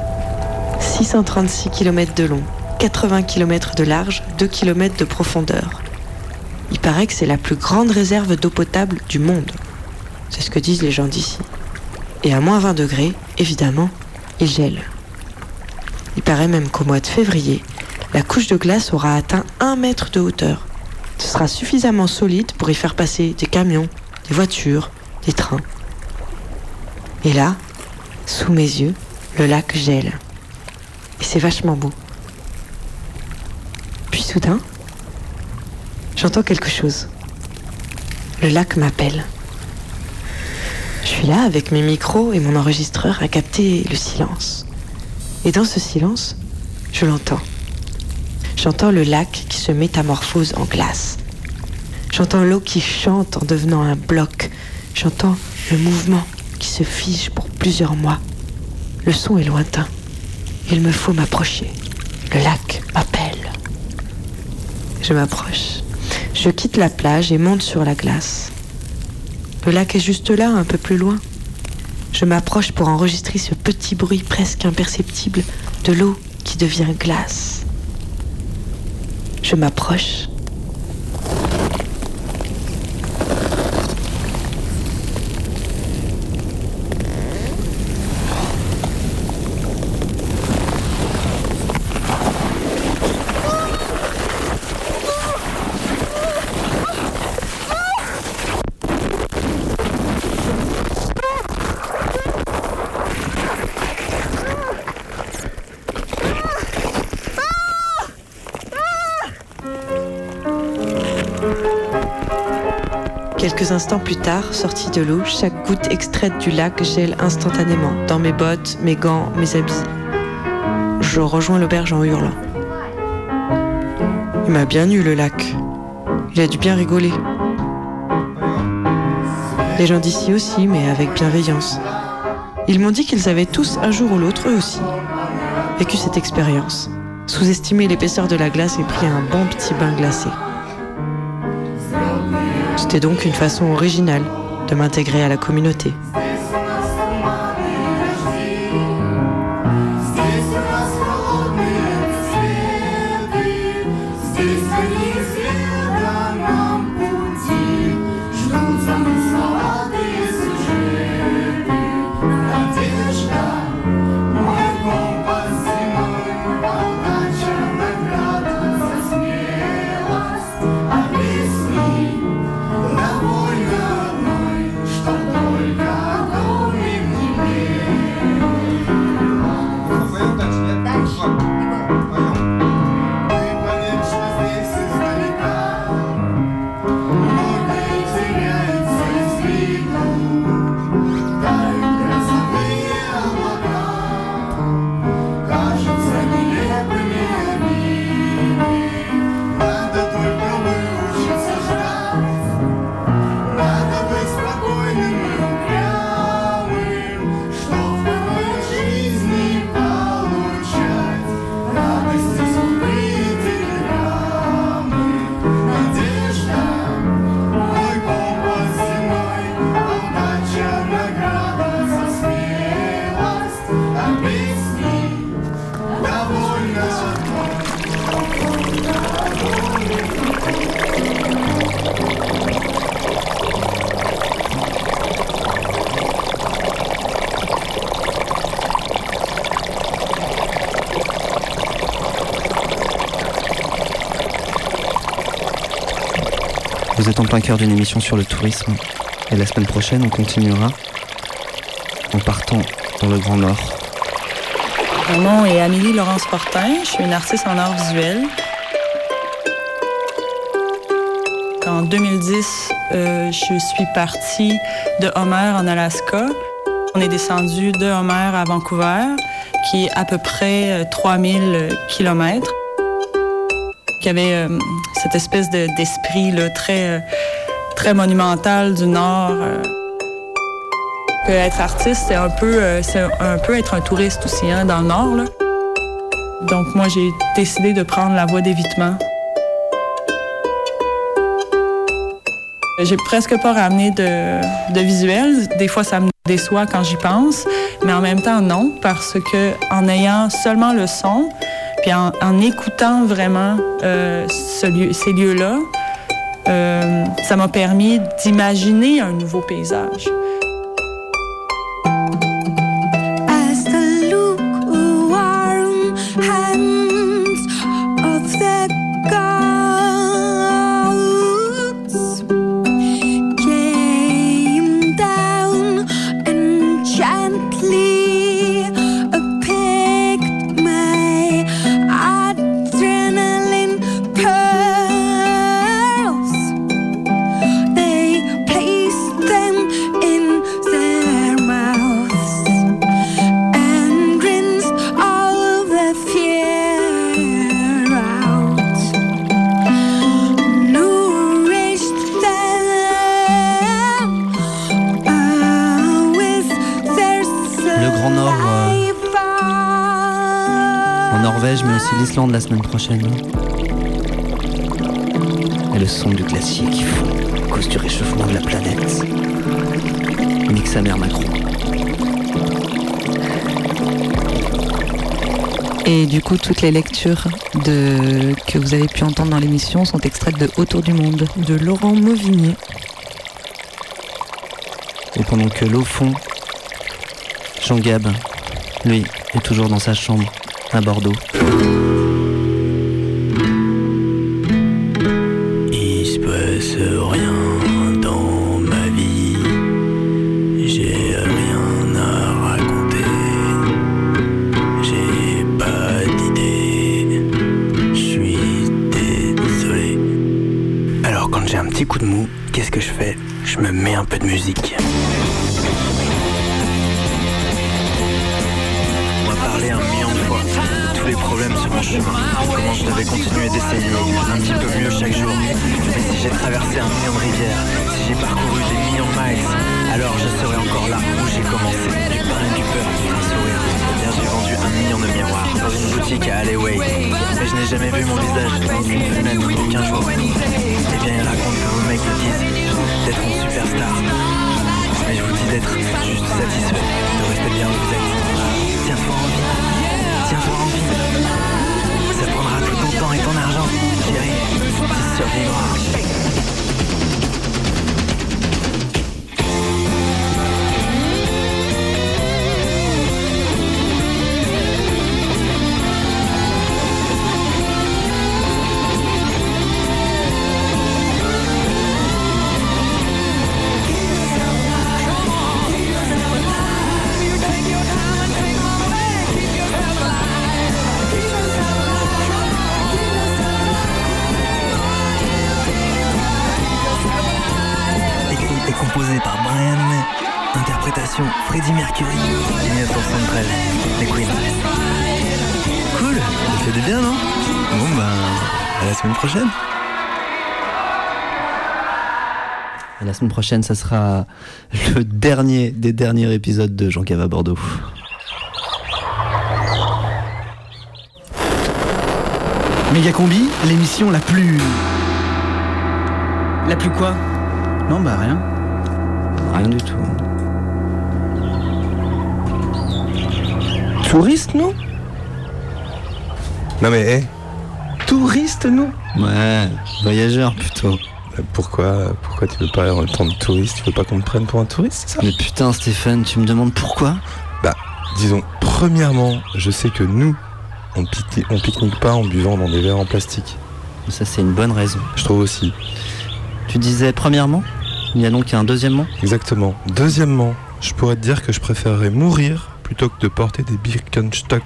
636 km de long, 80 km de large, 2 km de profondeur. Il paraît que c'est la plus grande réserve d'eau potable du monde. C'est ce que disent les gens d'ici. Et à moins 20 degrés, évidemment, il gèle. Il paraît même qu'au mois de février, la couche de glace aura atteint 1 mètre de hauteur. Ce sera suffisamment solide pour y faire passer des camions, des voitures, des trains. Et là, sous mes yeux, le lac gèle. Et c'est vachement beau. Puis soudain, j'entends quelque chose. Le lac m'appelle. Je suis là avec mes micros et mon enregistreur à capter le silence. Et dans ce silence, je l'entends. J'entends le lac qui se métamorphose en glace. J'entends l'eau qui chante en devenant un bloc. J'entends le mouvement qui se fige pour plusieurs mois. Le son est lointain. Il me faut m'approcher. Le lac m'appelle. Je m'approche. Je quitte la plage et monte sur la glace. Le lac est juste là, un peu plus loin. Je m'approche pour enregistrer ce petit bruit presque imperceptible de l'eau qui devient glace. Je m'approche. Quelques instants plus tard, sortie de l'eau, chaque goutte extraite du lac gèle instantanément, dans mes bottes, mes gants, mes habits. Je rejoins l'auberge en hurlant. Il m'a bien eu, le lac. Il a dû bien rigoler. Les gens d'ici aussi, mais avec bienveillance. Ils m'ont dit qu'ils avaient tous, un jour ou l'autre, eux aussi, vécu cette expérience. Sous-estimé l'épaisseur de la glace et pris un bon petit bain glacé. C'était donc une façon originale de m'intégrer à la communauté. Vous êtes en plein cœur d'une émission sur le tourisme. Et la semaine prochaine, on continuera en partant dans le Grand Nord. Mon nom est Amélie Laurence Fortin. Je suis une artiste en art visuel. En 2010, je suis partie de Homer en Alaska. On est descendu de Homer à Vancouver, qui est à peu près 3000 kilomètres. Il y avait cette espèce d'esprit là, très monumental du Nord. Être artiste, c'est un peu être un touriste aussi hein, dans le Nord. Là. Donc moi, j'ai décidé de prendre la voie d'évitement. J'ai presque pas ramené de visuels. Des fois, ça me déçoit quand j'y pense, mais en même temps, non, parce que en ayant seulement le son, puis en écoutant vraiment ces lieux-là, ça m'a permis d'imaginer un nouveau paysage. Mais aussi l'Islande la semaine prochaine. Et le son du glacier qui fond à cause du réchauffement de la planète. Nique sa mère Macron. Et du coup, toutes les lectures que vous avez pu entendre dans l'émission sont extraites de Autour du monde, de Laurent Mauvigné. Et pendant que l'eau fond, Jean Gab, lui, est toujours dans sa chambre à Bordeaux. Il se passe rien dans ma vie, j'ai rien à raconter, j'ai pas d'idée, je suis désolé. Alors quand j'ai un petit coup de mou, qu'est-ce que je fais? Je me mets un peu de musique. On va parler un million de fois. Tous les problèmes sur mon chemin, comment je devais continuer d'essayer un petit peu mieux chaque jour. Mais si j'ai traversé un million de rivières, si j'ai parcouru des millions de miles, alors je serai encore là où j'ai commencé, du pain et du beurre, un sourire. Eh bien j'ai vendu 1 million de miroirs dans une boutique à Alleyway, mais je n'ai jamais vu mon visage dans une fenêtre aucun jour. Eh bien il raconte que vos mecs vous disent d'être une superstar, mais je vous dis d'être juste satisfait, de rester bien où vous êtes. Tiens-toi en vie. Tiens-toi en vie. Ça prendra tout ton temps et ton argent. Chérie, tu survivras. Composé par Brian May, interprétation Freddie Mercury, 1973, les Queen. Cool, ça fait du bien, non? Bon ben, à la semaine prochaine. Et la semaine prochaine, ça sera le dernier des derniers épisodes de Jean Cave à Bordeaux. Méga Combi, l'émission la plus... La plus quoi? Non, bah rien. Rien du tout. Touristes, nous? Non mais, hé. Touristes, nous? Ouais, voyageurs plutôt. Pourquoi tu veux parler en tant que touriste? Tu veux pas qu'on te prenne pour un touriste, c'est ça? Mais putain, Stéphane, tu me demandes pourquoi? Bah, disons, premièrement, je sais que nous, on pique-nique pas en buvant dans des verres en plastique. Ça, c'est une bonne raison. Je trouve aussi. Tu disais premièrement? Il y a donc un deuxièmement? Exactement. Deuxièmement, je pourrais te dire que je préférerais mourir plutôt que de porter des Birkenstock.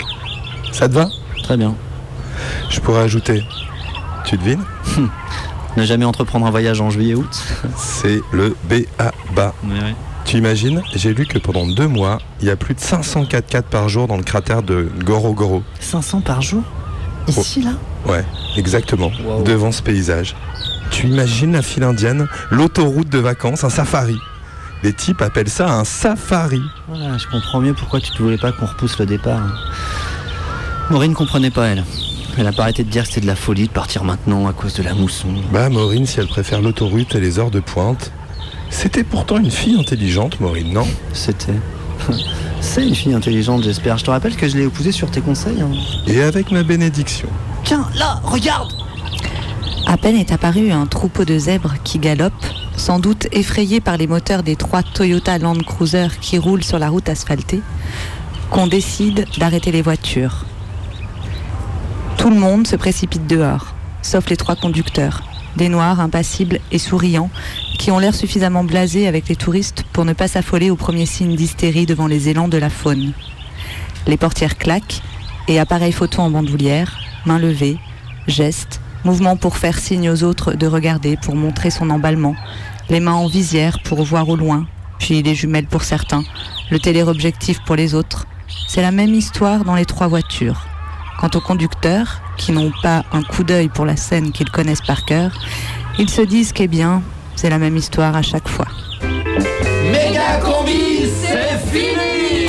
Ça te va? Très bien. Je pourrais ajouter, tu devines? Ne jamais entreprendre un voyage en juillet-août. C'est le B.A.B.A. Oui. Tu imagines, j'ai lu que pendant 2 mois, il y a plus de 500 4x4 par jour dans le cratère de Ngorongoro. 500 par jour? Ici, là? Ouais, exactement, wow. Devant ce paysage. Tu imagines la file indienne, l'autoroute de vacances, un safari. Les types appellent ça un safari. Voilà, je comprends mieux pourquoi tu ne voulais pas qu'on repousse le départ. Maureen comprenait pas, elle. Elle a pas arrêté de dire que c'était de la folie de partir maintenant à cause de la mousson. Bah, Maureen, si elle préfère l'autoroute et les heures de pointe. C'était pourtant une fille intelligente, Maureen, non? C'était. C'est une fille intelligente, j'espère. Je te rappelle que je l'ai épousée sur tes conseils. Hein. Et avec ma bénédiction. Tiens, là, regarde! À peine est apparu un troupeau de zèbres qui galopent, sans doute effrayés par les moteurs des 3 Toyota Land Cruiser qui roulent sur la route asphaltée, qu'on décide d'arrêter les voitures. Tout le monde se précipite dehors, sauf les 3 conducteurs, des noirs impassibles et souriants, qui ont l'air suffisamment blasés avec les touristes pour ne pas s'affoler au premier signe d'hystérie devant les élans de la faune. Les portières claquent, et appareil photo en bandoulière, mains levées, gestes, mouvements pour faire signe aux autres de regarder, pour montrer son emballement, les mains en visière pour voir au loin, puis les jumelles pour certains, le téléobjectif pour les autres. C'est la même histoire dans les 3 voitures. Quant aux conducteurs, qui n'ont pas un coup d'œil pour la scène qu'ils connaissent par cœur, ils se disent qu'eh bien, c'est la même histoire à chaque fois. Méga Combi, c'est fini!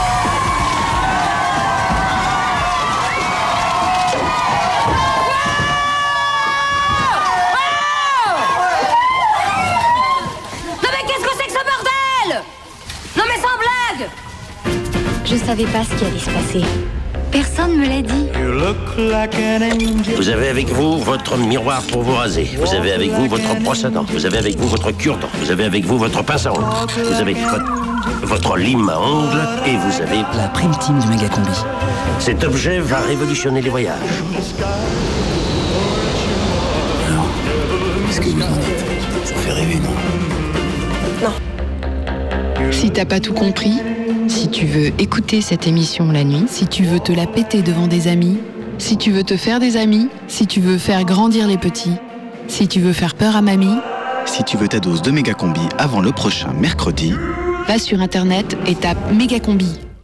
Non mais qu'est-ce que c'est que ce bordel? Non mais sans blague! Je savais pas ce qui allait se passer. Personne me l'a dit. Vous avez avec vous votre miroir pour vous raser. Vous avez avec vous votre brosse à dents. Vous avez avec vous votre cure-dent. Vous avez avec vous votre pince à ongles. Vous avez votre lime à ongles et vous avez la prime team du méga combi. Cet objet va révolutionner les voyages. Alors, qu'est-ce que vous en dites? Ça fait rêver, non? Non. Si t'as pas tout compris, si tu veux écouter cette émission la nuit, si tu veux te la péter devant des amis, si tu veux te faire des amis, si tu veux faire grandir les petits, si tu veux faire peur à mamie, si tu veux ta dose de méga combi avant le prochain mercredi, va sur internet et tape méga combi.